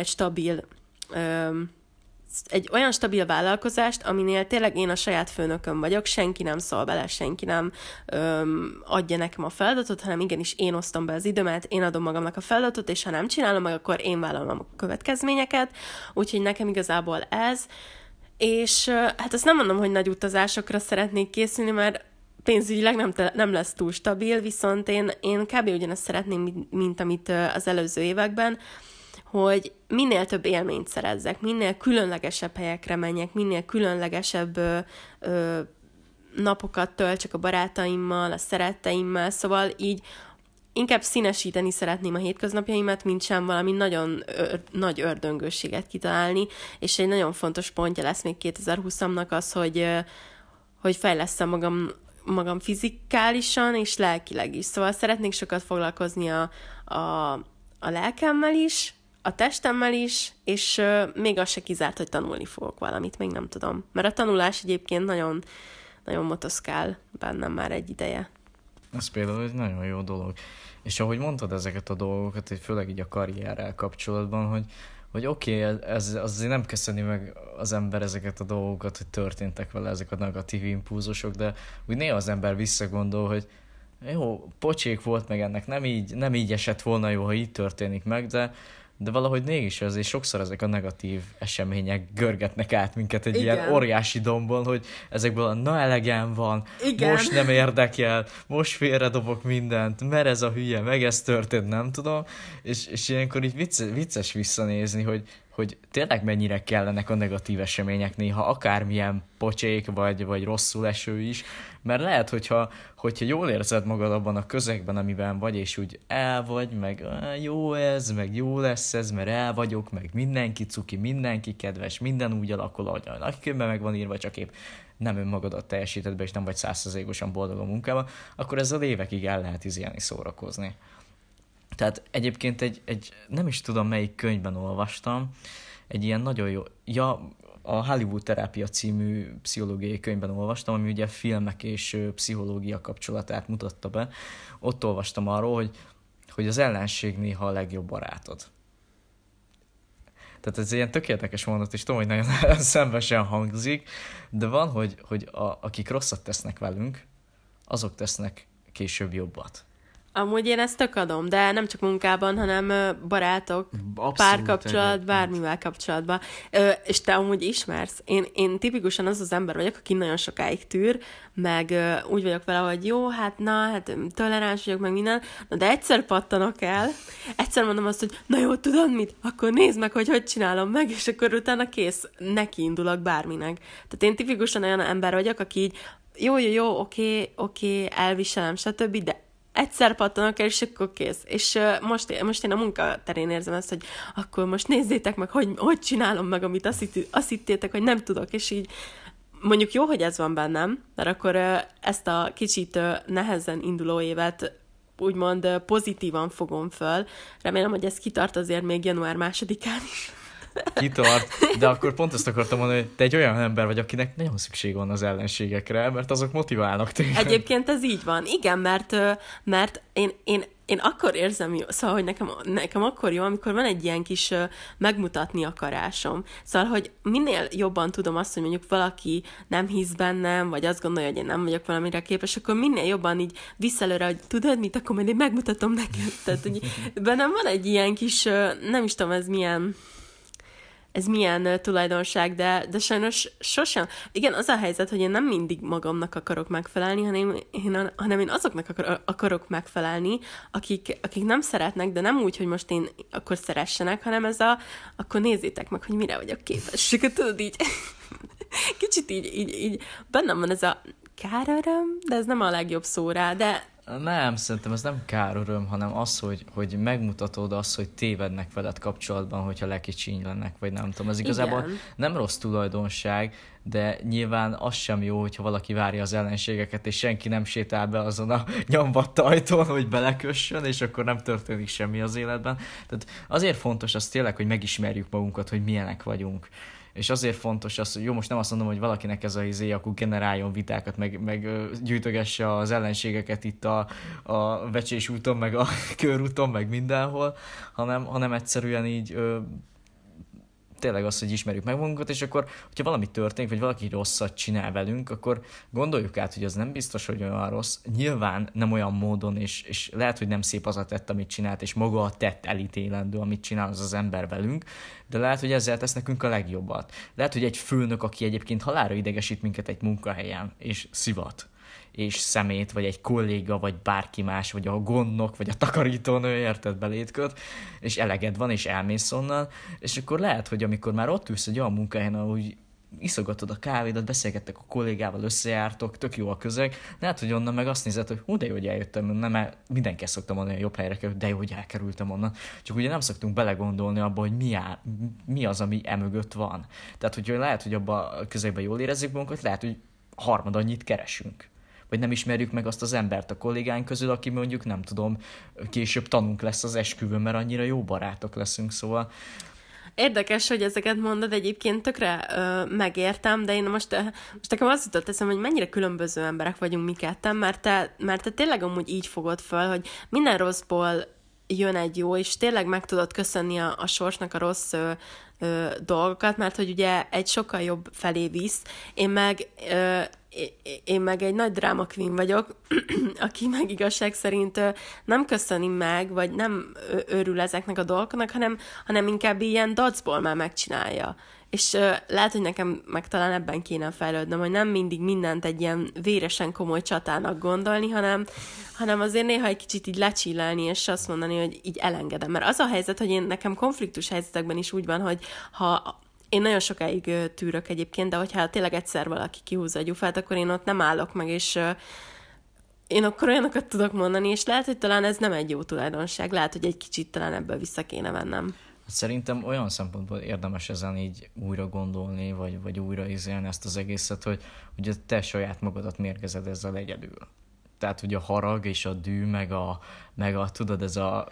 egy olyan stabil vállalkozást, aminél tényleg én a saját főnököm vagyok, senki nem szól bele, senki nem adja nekem a feladatot, hanem igenis én osztom be az időmet, én adom magamnak a feladatot, és ha nem csinálom meg, akkor én vállalom a következményeket, úgyhogy nekem igazából ez, és hát azt nem mondom, hogy nagy utazásokra szeretnék készülni, mert pénzügyileg nem lesz túl stabil, viszont én kb. Ugyanezt szeretném, mint amit az előző években, hogy minél több élményt szerezzek, minél különlegesebb helyekre menjek, minél különlegesebb napokat töltsek a barátaimmal, a szeretteimmel, szóval így inkább színesíteni szeretném a hétköznapjaimat, mint sem valami nagyon nagy ördöngőséget kitalálni, és egy nagyon fontos pontja lesz még 2020-nak az, hogy fejlesszem magam fizikálisan és lelkileg is. Szóval szeretnék sokat foglalkozni a lelkemmel is, a testemmel is, és még az se kizárt, hogy tanulni fogok valamit, még nem tudom. Mert a tanulás egyébként nagyon, nagyon motoszkál bennem már egy ideje. Ez például egy nagyon jó dolog. És ahogy mondtad ezeket a dolgokat, hogy főleg így a karrierrel kapcsolatban, hogy oké, ez azért nem köszöni meg az ember ezeket a dolgokat, hogy történtek vele ezek a negatív impulzusok, de úgy néha az ember visszagondol, hogy jó, pocsék volt meg ennek, nem így esett volna jó, ha így történik meg, de valahogy mégis azért sokszor ezek a negatív események görgetnek át minket egy ilyen óriási dombon, hogy ezekből na elegem van, most nem érdekel, most félredobok mindent, mert ez a hülye, meg ez történt, nem tudom, és ilyenkor így vicces visszanézni, hogy tényleg mennyire kellenek a negatív események néha, akármilyen pocsék vagy rosszul eső is, mert lehet, hogyha jól érzed magad abban a közegben, amiben vagy, és úgy el vagy, meg jó ez, meg jó lesz ez, mert el vagyok, meg mindenki cuki, mindenki kedves, minden úgy alakul, ahogy a nagykönyvben meg van írva, csak épp nem önmagadat teljesíted be, és nem vagy 100%-osan boldog a munkában, akkor ezzel évekig el lehet izélni, szórakozni. Tehát egyébként egy nem is tudom melyik könyvben olvastam, egy ilyen nagyon jó, a Hollywood Terápia című pszichológiai könyvben olvastam, ami ugye filmek és pszichológia kapcsolatát mutatta be. Ott olvastam arról, hogy az ellenség néha a legjobb barátod. Tehát ez ilyen tökéletes mondat, és tudom, hogy nagyon szembesen hangzik, de van, hogy akik rosszat tesznek velünk, azok tesznek később jobbat. Amúgy én ezt tök adom, de nem csak munkában, hanem barátok, párkapcsolat, bármivel kapcsolatban. És te amúgy ismersz. Én tipikusan az ember vagyok, aki nagyon sokáig tűr, meg úgy vagyok vele, hogy jó, hát toleráns vagyok, meg minden, de egyszer pattanok el, egyszer mondom azt, hogy na jó, tudod mit? Akkor nézd meg, hogy csinálom meg, és akkor utána kész, nekiindulok bárminek. Tehát én tipikusan olyan ember vagyok, aki így jó, oké, elviselem, stb., de egyszer pattanok el, és akkor kész. És most én a munkaterén érzem ezt, hogy akkor most nézzétek meg, hogy csinálom meg, amit azt hittétek, hogy nem tudok, és így mondjuk jó, hogy ez van bennem, mert akkor ezt a kicsit nehezen induló évet úgymond pozitívan fogom föl. Remélem, hogy ez kitart azért még január 2-án is. Kitart, de akkor pont ezt akartam mondani, hogy te egy olyan ember vagy, akinek nagyon szükség van az ellenségekre, mert azok motiválnak téged. Egyébként ez így van. Igen, mert én akkor érzem jó, szóval, hogy nekem akkor jó, amikor van egy ilyen kis megmutatni akarásom. Szóval, hogy minél jobban tudom azt, hogy mondjuk valaki nem hisz bennem, vagy azt gondolja, hogy én nem vagyok valamire képes, akkor minél jobban így visszelőre, hogy tudod mit, akkor majd én megmutatom neked. Tehát, hogy bennem van egy ilyen kis, nem is tudom, ez milyen tulajdonság, de sajnos sosem. Igen, az a helyzet, hogy én nem mindig magamnak akarok megfelelni, hanem én azoknak akarok megfelelni, akik nem szeretnek, de nem úgy, hogy most én akkor szeressenek, hanem akkor nézzétek meg, hogy mire vagyok képes. És tudod így, kicsit így bennem van ez a káröröm, de ez nem a legjobb szó rá, de nem, szerintem ez nem káröröm, hanem az, hogy megmutatod azt, hogy tévednek veled kapcsolatban, hogyha lekicsinylenek, vagy nem tudom. Ez igazából nem rossz tulajdonság, de nyilván az sem jó, hogyha valaki várja az ellenségeket, és senki nem sétál be azon a nyomvadt ajtón, hogy belekössön, és akkor nem történik semmi az életben. Tehát azért fontos az tényleg, hogy megismerjük magunkat, hogy milyenek vagyunk. És azért fontos az, hogy jó, most nem azt mondom, hogy valakinek ez a izé, akkor generáljon vitákat, meg gyűjtögesse az ellenségeket itt a Vecsés úton, meg a körúton, meg mindenhol, hanem egyszerűen így tényleg az, hogy ismerjük meg magunkat, és akkor, hogyha valami történik, vagy valaki rosszat csinál velünk, akkor gondoljuk át, hogy az nem biztos, hogy olyan rossz. Nyilván nem olyan módon, és lehet, hogy nem szép az a tett, amit csinált, és maga a tett elítélendő, amit csinál az ember velünk, de lehet, hogy ezzel tesz nekünk a legjobbat. Lehet, hogy egy főnök, aki egyébként halálra idegesít minket egy munkahelyen, és szivat, és szemét, vagy egy kolléga, vagy bárki más, vagy a gondnok, vagy a takarítónő, érted, beléd köt, és eleged van, és elmész onnan, és akkor lehet, hogy amikor már ott ülsz egy olyan munkahelyen, ahogy iszogatod a kávédat, beszélgettek a kollégával, összejártok, tök jó a közeg, lehet, hogy onnan meg azt nézed, hogy de jó, hogy eljöttem, mert mindenki ezt szoktam mondani, hogy jobb helyre került, de jó, hogy elkerültem onnan. Csak ugye nem szoktunk belegondolni abba, hogy mi az, ami emögött van. Tehát, hogy lehet, hogy abban a közegben jól érezzük magunkat, lehet, hogy harmad annyit keresünk. vagy nem ismerjük meg azt az embert a kollégánk közül, aki mondjuk, nem tudom, később tanunk lesz az esküvőn, mert annyira jó barátok leszünk, szóval... Érdekes, hogy ezeket mondod, egyébként tökre megértem, de én most nekem azt jutott eszembe, hogy mennyire különböző emberek vagyunk mi ketten, mert te tényleg amúgy így fogod föl, hogy minden rosszból jön egy jó, és tényleg meg tudod köszönni a sorsnak a rossz dolgokat, mert hogy ugye egy sokkal jobb felé visz. Én meg egy nagy drama queen vagyok, aki meg igazság szerint nem köszöni meg, vagy nem örül ezeknek a dolgoknak, hanem inkább ilyen dacból már megcsinálja. És lehet, hogy nekem meg talán ebben kéne fejlődnöm, hogy nem mindig mindent egy ilyen véresen komoly csatának gondolni, hanem azért néha egy kicsit így lecsillelni, és azt mondani, hogy így elengedem. Mert az a helyzet, hogy nekem konfliktus helyzetekben is úgy van, hogy ha én nagyon sokáig tűrök egyébként, de hogyha tényleg egyszer valaki kihúzza a gyufát, akkor én ott nem állok meg, és én akkor olyanokat tudok mondani, és lehet, hogy talán ez nem egy jó tulajdonság, lehet, hogy egy kicsit talán ebből vissza kéne vennem. Szerintem olyan szempontból érdemes ezen így újra gondolni, vagy újra izélni ezt az egészet, hogy ugye te saját magadat mérgezed ezzel egyedül. Tehát ugye a harag és a dű, meg a tudod, ez a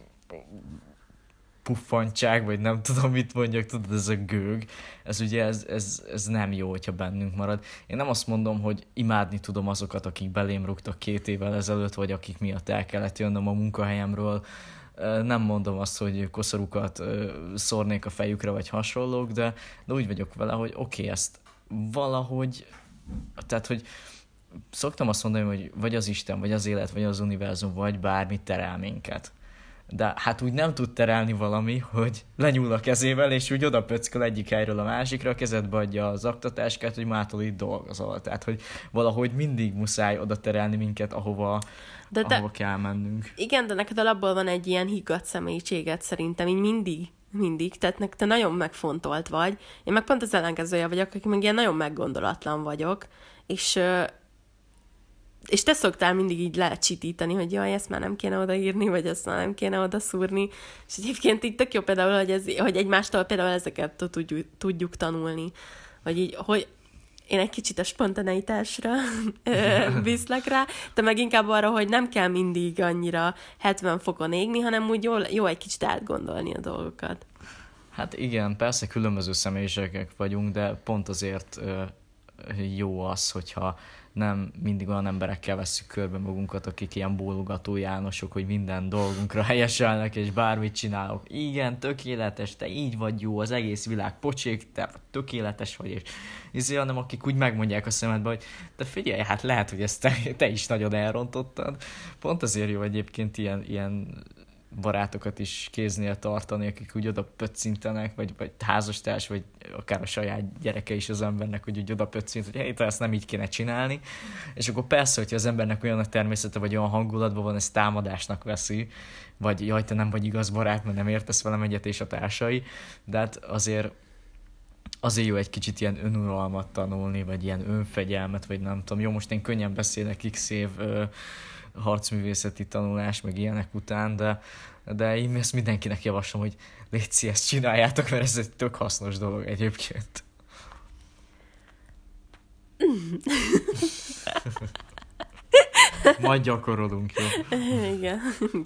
puffantság, vagy nem tudom, mit mondjak, tudod, ez a gőg, ez ugye ez nem jó, hogyha bennünk marad. Én nem azt mondom, hogy imádni tudom azokat, akik belém rúgtak 2 évvel ezelőtt, vagy akik miatt el kellett jönnöm a munkahelyemről. Nem mondom azt, hogy koszorúkat szórnék a fejükre, vagy hasonlók, de úgy vagyok vele, hogy oké, ezt valahogy, tehát, hogy szoktam azt mondani, hogy vagy az Isten, vagy az élet, vagy az univerzum, vagy bármi terel minket. De hát úgy nem tud terelni valami, hogy lenyúl a kezével, és úgy oda pöcköl egyik helyről a másikra, a kezedbe adja az aktatáskát, hogy mától itt dolgozol. Tehát, hogy valahogy mindig muszáj oda terelni minket, ahova kell mennünk. Igen, de neked alapból van egy ilyen higgadt személyiséged szerintem, így mindig. Tehát te nagyon megfontolt vagy. Én meg pont az ellenkezője vagyok, aki meg ilyen nagyon meggondolatlan vagyok, és te szoktál mindig így lecsitítani, hogy jaj, ezt már nem kéne odaírni, vagy ezt már nem kéne oda szúrni. És egyébként így tök jó például, hogy egymástól például ezeket tudjuk tanulni. Vagy így, hogy én egy kicsit a spontaneitásra viszlek rá, de meg inkább arra, hogy nem kell mindig annyira 70 fokon égni, hanem úgy jó egy kicsit átgondolni a dolgokat. Hát igen, persze különböző személyiségek vagyunk, de pont azért jó az, hogyha nem mindig olyan emberekkel vesszük körbe magunkat, akik ilyen bólogató Jánosok, hogy minden dolgunkra helyeselnek, és bármit csinálok. Igen, tökéletes, te így vagy jó, az egész világ pocsék, te tökéletes vagy, és hanem akik úgy megmondják a szemedbe, hogy te figyelj, hát lehet, hogy ezt te is nagyon elrontottad. Pont azért jó egyébként ilyen barátokat is kéznél tartani, akik úgy oda pöccintenek, vagy házastárs, vagy akár a saját gyereke is az embernek, hogy úgy oda pöccint, hogy hey, te ezt nem így kéne csinálni. És akkor persze, hogyha az embernek olyan a természete, vagy olyan hangulatban van, ezt támadásnak veszi, vagy jaj, te nem vagy igaz barát, mert nem értesz velem egyet és a társai, de hát azért jó egy kicsit ilyen önuralmat tanulni, vagy ilyen önfegyelmet, vagy nem tudom. Jó, most én könnyen beszélek x év harcművészeti tanulás, meg ilyenek után, de én ezt mindenkinek javaslom, hogy légy ezt csináljátok, mert ez egy tök hasznos dolog egyébként. Majd gyakorolunk, jó? Igen.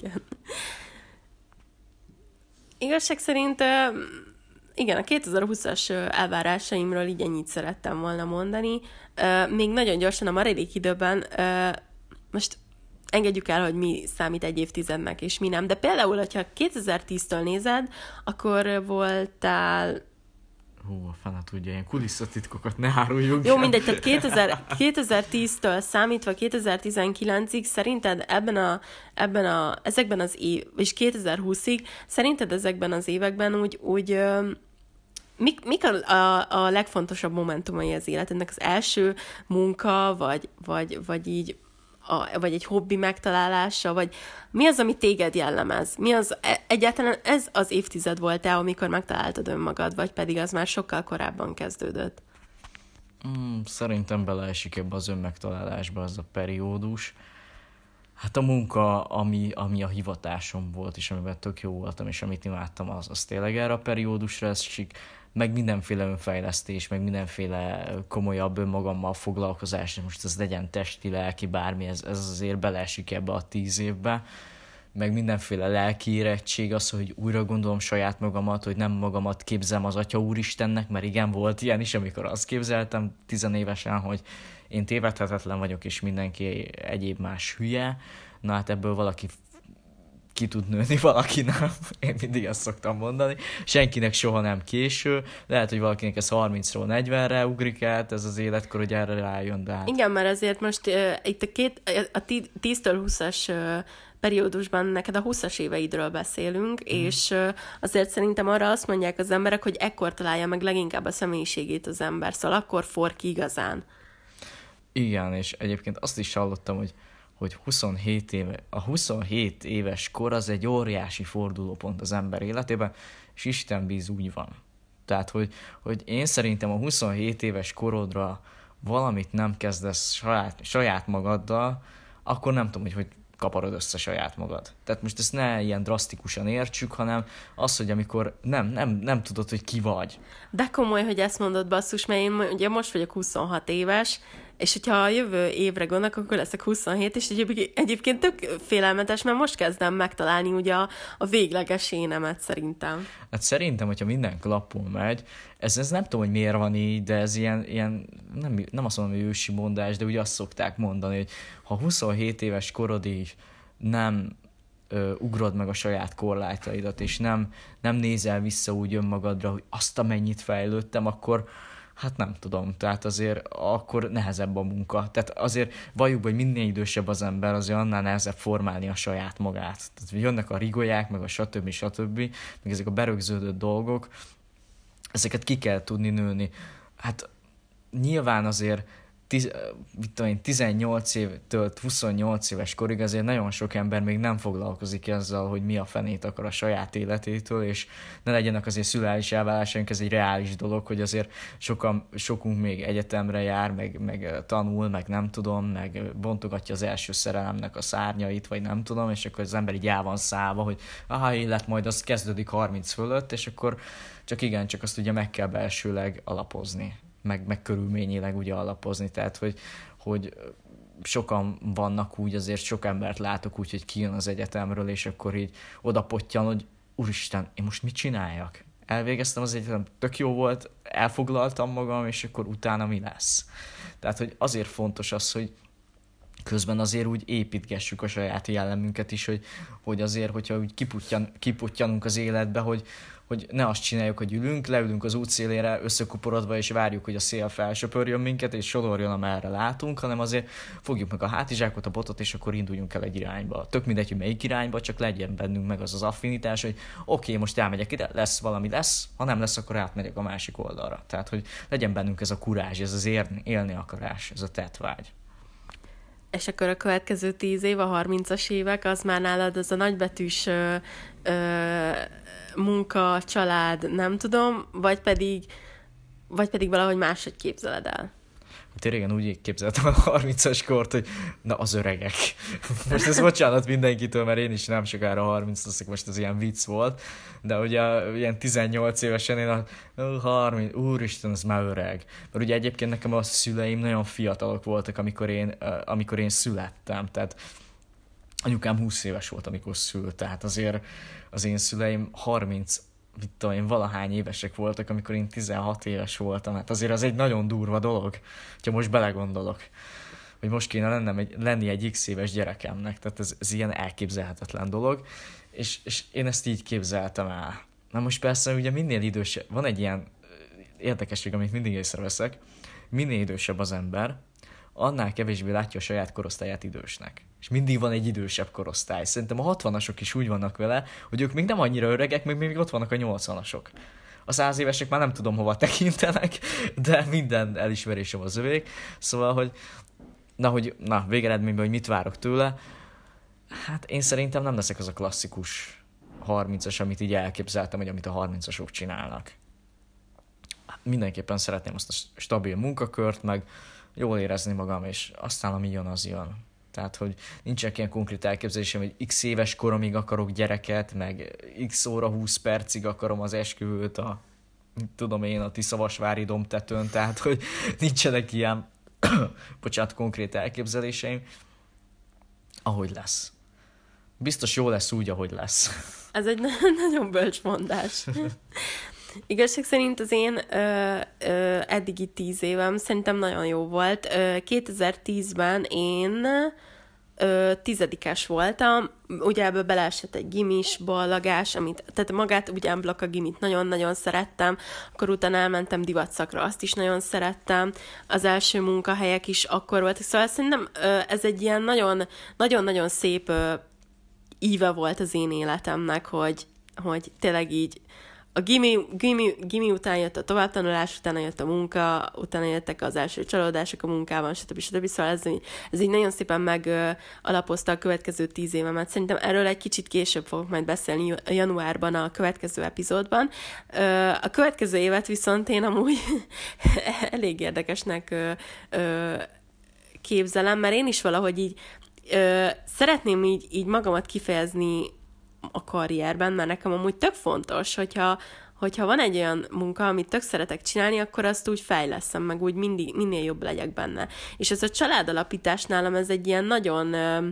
Igazság szerint igen, a 2020-as elvárásaimról így ennyit szerettem volna mondani. Még nagyon gyorsan a maradék időben most engedjük el, hogy mi számít egy évtizednek, és mi nem. De például, hogyha 2010-től nézed, akkor voltál... Hú, a fene tudja, ilyen kulisszatitkokat ne áruljunk. Jó, mindegy, tehát 2010-től számítva 2019-ig szerinted ezekben az és 2020-ig, szerinted ezekben az években úgy mik a legfontosabb momentumai az életednek? Az első munka, vagy így vagy egy hobbi megtalálása, vagy mi az, ami téged jellemez? Mi az, egyáltalán ez az évtized volt-e, amikor megtaláltad önmagad, vagy pedig az már sokkal korábban kezdődött? Szerintem beleesik ebbe az önmegtalálásba az a periódus. Hát a munka, ami a hivatásom volt, és amiben tök jó voltam, és amit imádtam, az tényleg erre a periódusra esik, meg mindenféle önfejlesztés, meg mindenféle komolyabb önmagammal foglalkozás, most ez legyen testi, lelki, bármi, ez azért beleesik ebbe a 10 évbe, meg mindenféle lelki érettség, az, hogy újra gondolom saját magamat, hogy nem magamat képzelem az Atya Úristennek, mert igen, volt ilyen is, amikor azt képzeltem 10 évesen, hogy én tévedhetetlen vagyok, és mindenki egyéb más hülye. Na hát ebből valaki ki tud nőni, valaki nem. Én mindig ezt szoktam mondani. Senkinek soha nem késő. Lehet, hogy valakinek ez 30-ról 40-re ugrik át, ez az életkor, hogy erre rájön, de hát... Igen, mert azért most itt a 10-től 20-as periódusban neked a 20-as éveidről beszélünk, és azért szerintem arra azt mondják az emberek, hogy ekkor találja meg leginkább a személyiségét az ember, szóval akkor for ki igazán. Igen, és egyébként azt is hallottam, hogy 27 éves kor az egy óriási fordulópont az ember életében, és Isten bíz úgy van. Tehát, hogy én szerintem a 27 éves korodra valamit nem kezdesz saját magaddal, akkor nem tudom, hogy kaparod össze saját magad. Tehát most ezt ne ilyen drasztikusan értsük, hanem az, hogy amikor nem tudod, hogy ki vagy. De komoly, hogy ezt mondod, basszus, mert én ugye most vagyok 26 éves, és hogyha a jövő évre gondolok, akkor leszek 27, és egyébként tök félelmetes, mert most kezdem megtalálni ugye a végleges énemet szerintem. Hát szerintem, hogyha minden klappul megy, ez nem tudom, hogy miért van így, de ez ilyen nem azt mondom, hogy ősi mondás, de ugye azt szokták mondani, hogy ha 27 éves korodig nem ugrod meg a saját korlátaidat, és nem nézel vissza úgy önmagadra, hogy azt amennyit fejlődtem, akkor hát nem tudom, tehát azért akkor nehezebb a munka. Tehát azért valljuk, hogy minél idősebb az ember, azért annál nehezebb formálni a saját magát. Tehát jönnek a rigolyák, meg a stb. Meg ezek a berögződött dolgok, ezeket ki kell tudni nőni. Hát nyilván azért 18 évtől 28 éves korig azért nagyon sok ember még nem foglalkozik ezzel, hogy mi a fenét akar a saját életétől, és ne legyenek azért szülális elválásaink, ez egy reális dolog, hogy azért sokunk még egyetemre jár, meg tanul, meg nem tudom, meg bontogatja az első szerelemnek a szárnyait, vagy nem tudom, és akkor az ember így el van szállva, hogy élet majd az kezdődik 30 fölött, és akkor csak azt ugye meg kell belsőleg alapozni. Meg körülményileg ugye alapozni, tehát hogy sokan vannak úgy, azért sok embert látok úgy, hogy kijön az egyetemről, és akkor így odapottyan, hogy úristen, én most mit csináljak? Elvégeztem az egyetem, tök jó volt, elfoglaltam magam, és akkor utána mi lesz? Tehát, hogy azért fontos az, hogy közben azért úgy építgessük a saját jellemünket is, hogy azért, hogyha úgy kiputtyanunk az életbe, hogy ne azt csináljuk, hogy leülünk az útszélére összekuporodva, és várjuk, hogy a szél felsöpörjön minket, és sodorjon, amerre látunk, hanem azért fogjuk meg a hátizsákot, a botot, és akkor induljunk el egy irányba. Tök mindegy, hogy melyik irányba, csak legyen bennünk meg az affinitás, hogy oké, most elmegyek ide, valami lesz, ha nem lesz, akkor átmegyek a másik oldalra. Tehát, hogy legyen bennünk ez a kurázs, ez az élni akarás, ez a tettvágy. És akkor a következő 10 év, a 30-as évek, az már nálad az a nagybetűs munka, család, nem tudom, vagy pedig valahogy máshogy képzeled el? Hát én régen úgy képzeltem a 30-as kort, hogy na az öregek. Most ez bocsánat mindenkitől, mert én is nem sokára 30 leszek, most ez ilyen vicc volt, de ugye ilyen 18 évesen én 30, úristen, ez már öreg. Mert ugye egyébként nekem a szüleim nagyon fiatalok voltak, amikor én születtem, tehát anyukám 20 éves volt, amikor szült, tehát azért az én szüleim 30 valahány évesek voltak, amikor én 16 éves voltam. Hát azért az egy nagyon durva dolog, ha most belegondolok, hogy most kéne lenni egy x éves gyerekemnek. Tehát ez ilyen elképzelhetetlen dolog, és én ezt így képzeltem el. Na most persze ugye minél idősebb, van egy ilyen érdekesség, amit mindig észreveszek, minél idősebb az ember, annál kevésbé látja a saját korosztályát idősnek. És mindig van egy idősebb korosztály. Szerintem a 60-asok is úgy vannak vele, hogy ők még nem annyira öregek, még ott vannak a 80-asok. A 100 évesek már nem tudom hova tekintenek, de minden elismerésem az övék. Szóval, hogy végeredményben, hogy mit várok tőle, hát én szerintem nem leszek az a klasszikus 30-as, amit így elképzeltem, hogy amit a 30-asok csinálnak. Mindenképpen szeretném azt a stabil munkakört, meg jól érezni magam, és aztán ami jön, az jön. Tehát, hogy nincsenek ilyen konkrét elképzelésem, hogy x éves koromig akarok gyereket, meg x óra 20 percig akarom az esküvőt tudom én, a Tiszavasvári dombtetőn, tehát, hogy nincsenek ilyen konkrét elképzeléseim. Ahogy lesz. Biztos jó lesz úgy, ahogy lesz. Ez egy nagyon bölcs mondás. Igazság szerint az én eddigi 10 évem szerintem nagyon jó volt. 2010-ben én 10-es voltam, ugye ebből beleesett egy gimis, ballagás, tehát magát ugye unblock a gimit nagyon-nagyon szerettem, akkor utána elmentem divatszakra, azt is nagyon szerettem, az első munkahelyek is akkor voltak, szóval szerintem ez egy ilyen nagyon-nagyon szép íve volt az én életemnek, hogy tényleg így a gimi után jött a továbbtanulás, utána jött a munka, utána jöttek az első csalódások a munkában, stb. Szóval ez így nagyon szépen megalapozta a következő 10 évemet. Szerintem erről egy kicsit később fogok majd beszélni januárban a következő epizódban. A következő évet viszont én amúgy elég érdekesnek képzelem, mert én is valahogy így szeretném így magamat kifejezni a karrierben, mert nekem amúgy tök fontos, hogyha van egy olyan munka, amit tök szeretek csinálni, akkor azt úgy fejleszem, meg úgy minél jobb legyek benne. És ez a családalapítás nálam, ez egy ilyen nagyon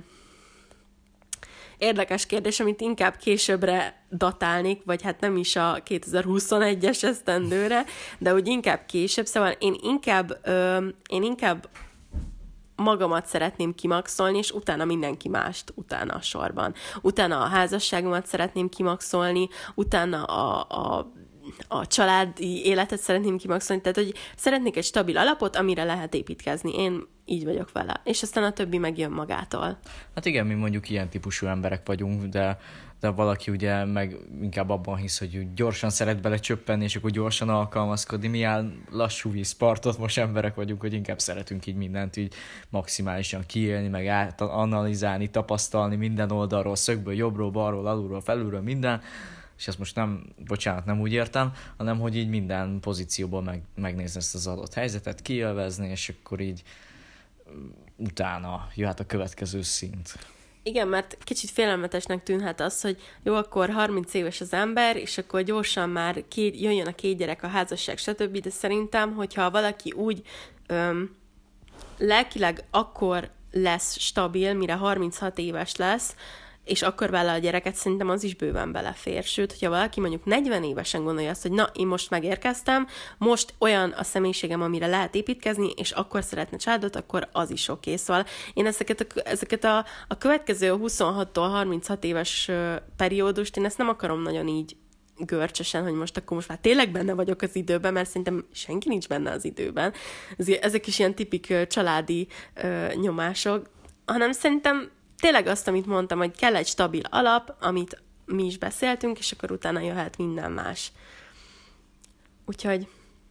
érdekes kérdés, amit inkább későbbre datálnék, vagy hát nem is a 2021-es esztendőre, de úgy inkább később, szóval én inkább magamat szeretném kimaxolni, és utána mindenki mást utána a sorban. Utána a házasságomat szeretném kimaxolni, utána a családi életet szeretném kimaxolni, tehát hogy szeretnék egy stabil alapot, amire lehet építkezni. Én így vagyok vele. És aztán a többi megjön magától. Hát igen, mi mondjuk ilyen típusú emberek vagyunk, de valaki ugye meg inkább abban hisz, hogy gyorsan szeret belecsöppenni, és akkor gyorsan alkalmazkodni. Mi ilyen lassú vízpartot most emberek vagyunk, hogy inkább szeretünk így mindent így maximálisan kiélni, meg analizálni, tapasztalni minden oldalról, szögből, jobbról, balról, alulról, felülről, minden. És ezt most nem úgy értem, hanem hogy így minden pozícióból megnézni ezt az adott helyzetet, kiélvezni, és akkor így utána jöhet a következő szint. Igen, mert kicsit félelmetesnek tűnhet az, hogy jó, akkor 30 éves az ember, és akkor gyorsan már jöjjön a 2 gyerek, a házasság, stb. De szerintem, hogyha valaki úgy lelkileg akkor lesz stabil, mire 36 éves lesz, és akkor vállal a gyereket, szerintem az is bőven belefér. Sőt, hogyha valaki mondjuk 40 évesen gondolja azt, hogy na, én most megérkeztem, most olyan a személyiségem, amire lehet építkezni, és akkor szeretne családot, akkor az is oké. Szóval én ezeket a következő 26-tól 36 éves periódust, én ezt nem akarom nagyon így görcsösen, hogy most már tényleg benne vagyok az időben, mert szerintem senki nincs benne az időben. Ezek is ilyen tipik családi nyomások, hanem szerintem tényleg azt, amit mondtam, hogy kell egy stabil alap, amit mi is beszéltünk, és akkor utána jöhet minden más. Úgyhogy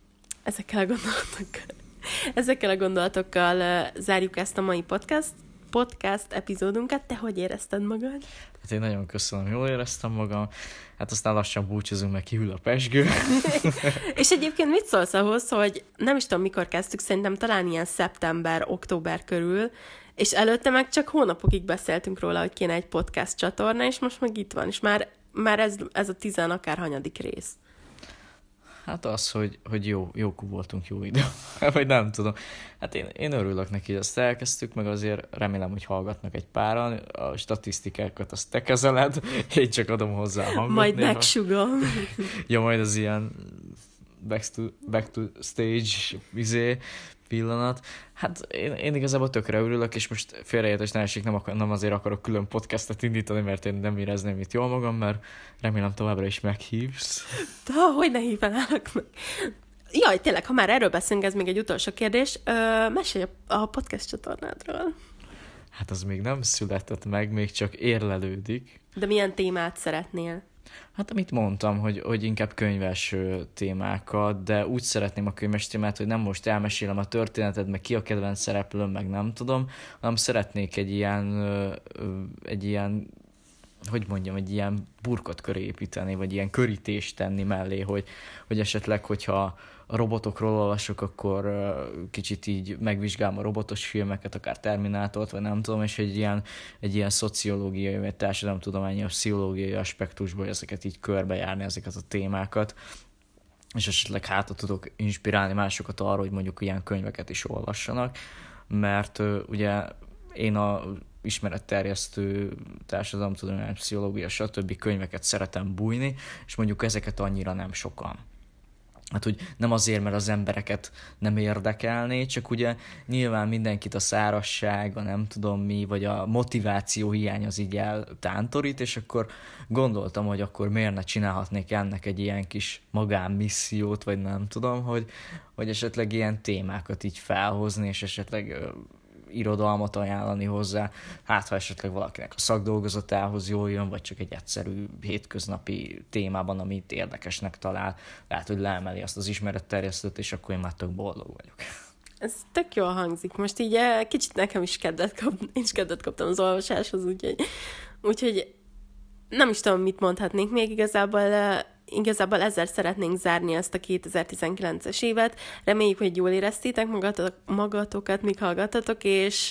ezekkel a gondolatokkal zárjuk ezt a mai podcast epizódunkat. Te hogy érezted magad? Hát én nagyon köszönöm, jól éreztem magam. Hát aztán lassan búcsúzunk, meg kihűl a pezsgő. És egyébként mit szólsz ahhoz, hogy nem is tudom, mikor kezdtük, szerintem talán ilyen szeptember-október körül, és előtte meg csak hónapokig beszéltünk róla, hogy kéne egy podcast csatorna, és most meg itt van, és már ez a 10 akárhanyadik rész. Hát az, hogy jók voltunk, jó idő. Vagy nem tudom. Hát én örülök neki, hogy ezt elkezdtük, meg azért remélem, hogy hallgatnak egy páran. A statisztikákat azt te kezeled, én csak adom hozzá a hangot. Majd megsugom. Ja, majd az ilyen back to stage pillanat. Hát én igazából tökre örülök, és most félreértés ne esik, nem azért akarok külön podcastet indítani, mert én nem érezném itt jól magam, mert remélem továbbra is meghívsz. Hogy ne hívnálak meg? Jaj, tényleg, ha már erről beszélünk, ez még egy utolsó kérdés. Mesélj a podcast csatornádról. Hát az még nem született meg, még csak érlelődik. De milyen témát szeretnél? Hát amit mondtam, hogy inkább könyves témákat, de úgy szeretném a könyves témát, hogy nem most elmesélem a történetet, meg ki a kedvenc szereplőm, meg nem tudom, hanem szeretnék egy ilyen hogy mondjam, egy ilyen burkot köré építeni, vagy ilyen körítést tenni mellé, hogy esetleg, hogyha a robotokról olvasok, akkor kicsit így megvizsgálom a robotos filmeket, akár Terminátort, vagy nem tudom, és egy ilyen szociológiai, vagy társadalomtudományi, pszichológiai aspektusból ezeket így körbejárni, ezeket a témákat, és esetleg hátra tudok inspirálni másokat arra, hogy mondjuk ilyen könyveket is olvassanak, mert ugye én a ismeretterjesztő, társadalomtudomány, pszichológia, stb. Könyveket szeretem bújni, és mondjuk ezeket annyira nem sokan. Hát, hogy nem azért, mert az embereket nem érdekelné, csak ugye nyilván mindenkit a szárazság, a nem tudom mi, vagy a motiváció hiány az így eltántorít, és akkor gondoltam, hogy akkor miért ne csinálhatnék ennek egy ilyen kis magánmissziót, vagy nem tudom, hogy esetleg ilyen témákat így felhozni, és esetleg irodalmat ajánlani hozzá, hát ha esetleg valakinek a szakdolgozatához jól jön, vagy csak egy egyszerű hétköznapi témában, amit érdekesnek talál, lehet, hogy leemeli azt az ismeretterjesztőt, és akkor én már tök boldog vagyok. Ez tök jól hangzik. Most így kicsit nekem is kedvet kaptam az olvasáshoz, úgyhogy nem is tudom, mit mondhatnék még igazából ezzel szeretnénk zárni ezt a 2019-es évet. Reméljük, hogy jól éreztétek magatokat, míg hallgattatok, és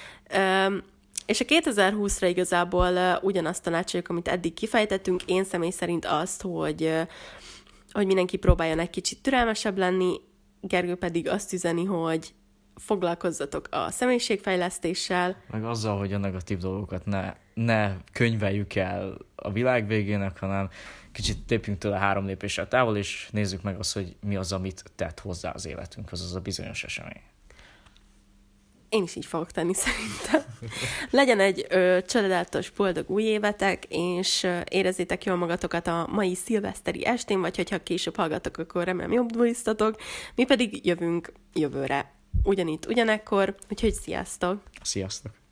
a 2020-ra igazából ugyanazt tanácsoljuk, amit eddig kifejtettünk. Én személy szerint azt, hogy mindenki próbáljon egy kicsit türelmesebb lenni, Gergő pedig azt üzeni, hogy foglalkozzatok a személyiségfejlesztéssel. Meg azzal, hogy a negatív dolgokat ne könyveljük el a világ végének, hanem kicsit lépjünk tőle 3 lépéssel távol, és nézzük meg azt, hogy mi az, amit tett hozzá az életünkhöz, az a bizonyos esemény. Én is így fogok tenni szerintem. Legyen egy csodálatos, boldog új évetek, és érezzétek jól magatokat a mai szilveszteri estén, vagy hogyha később hallgatok, akkor remélem jobb bulisztatok. Mi pedig jövünk jövőre ugyanitt, ugyanekkor, úgyhogy sziasztok! Sziasztok!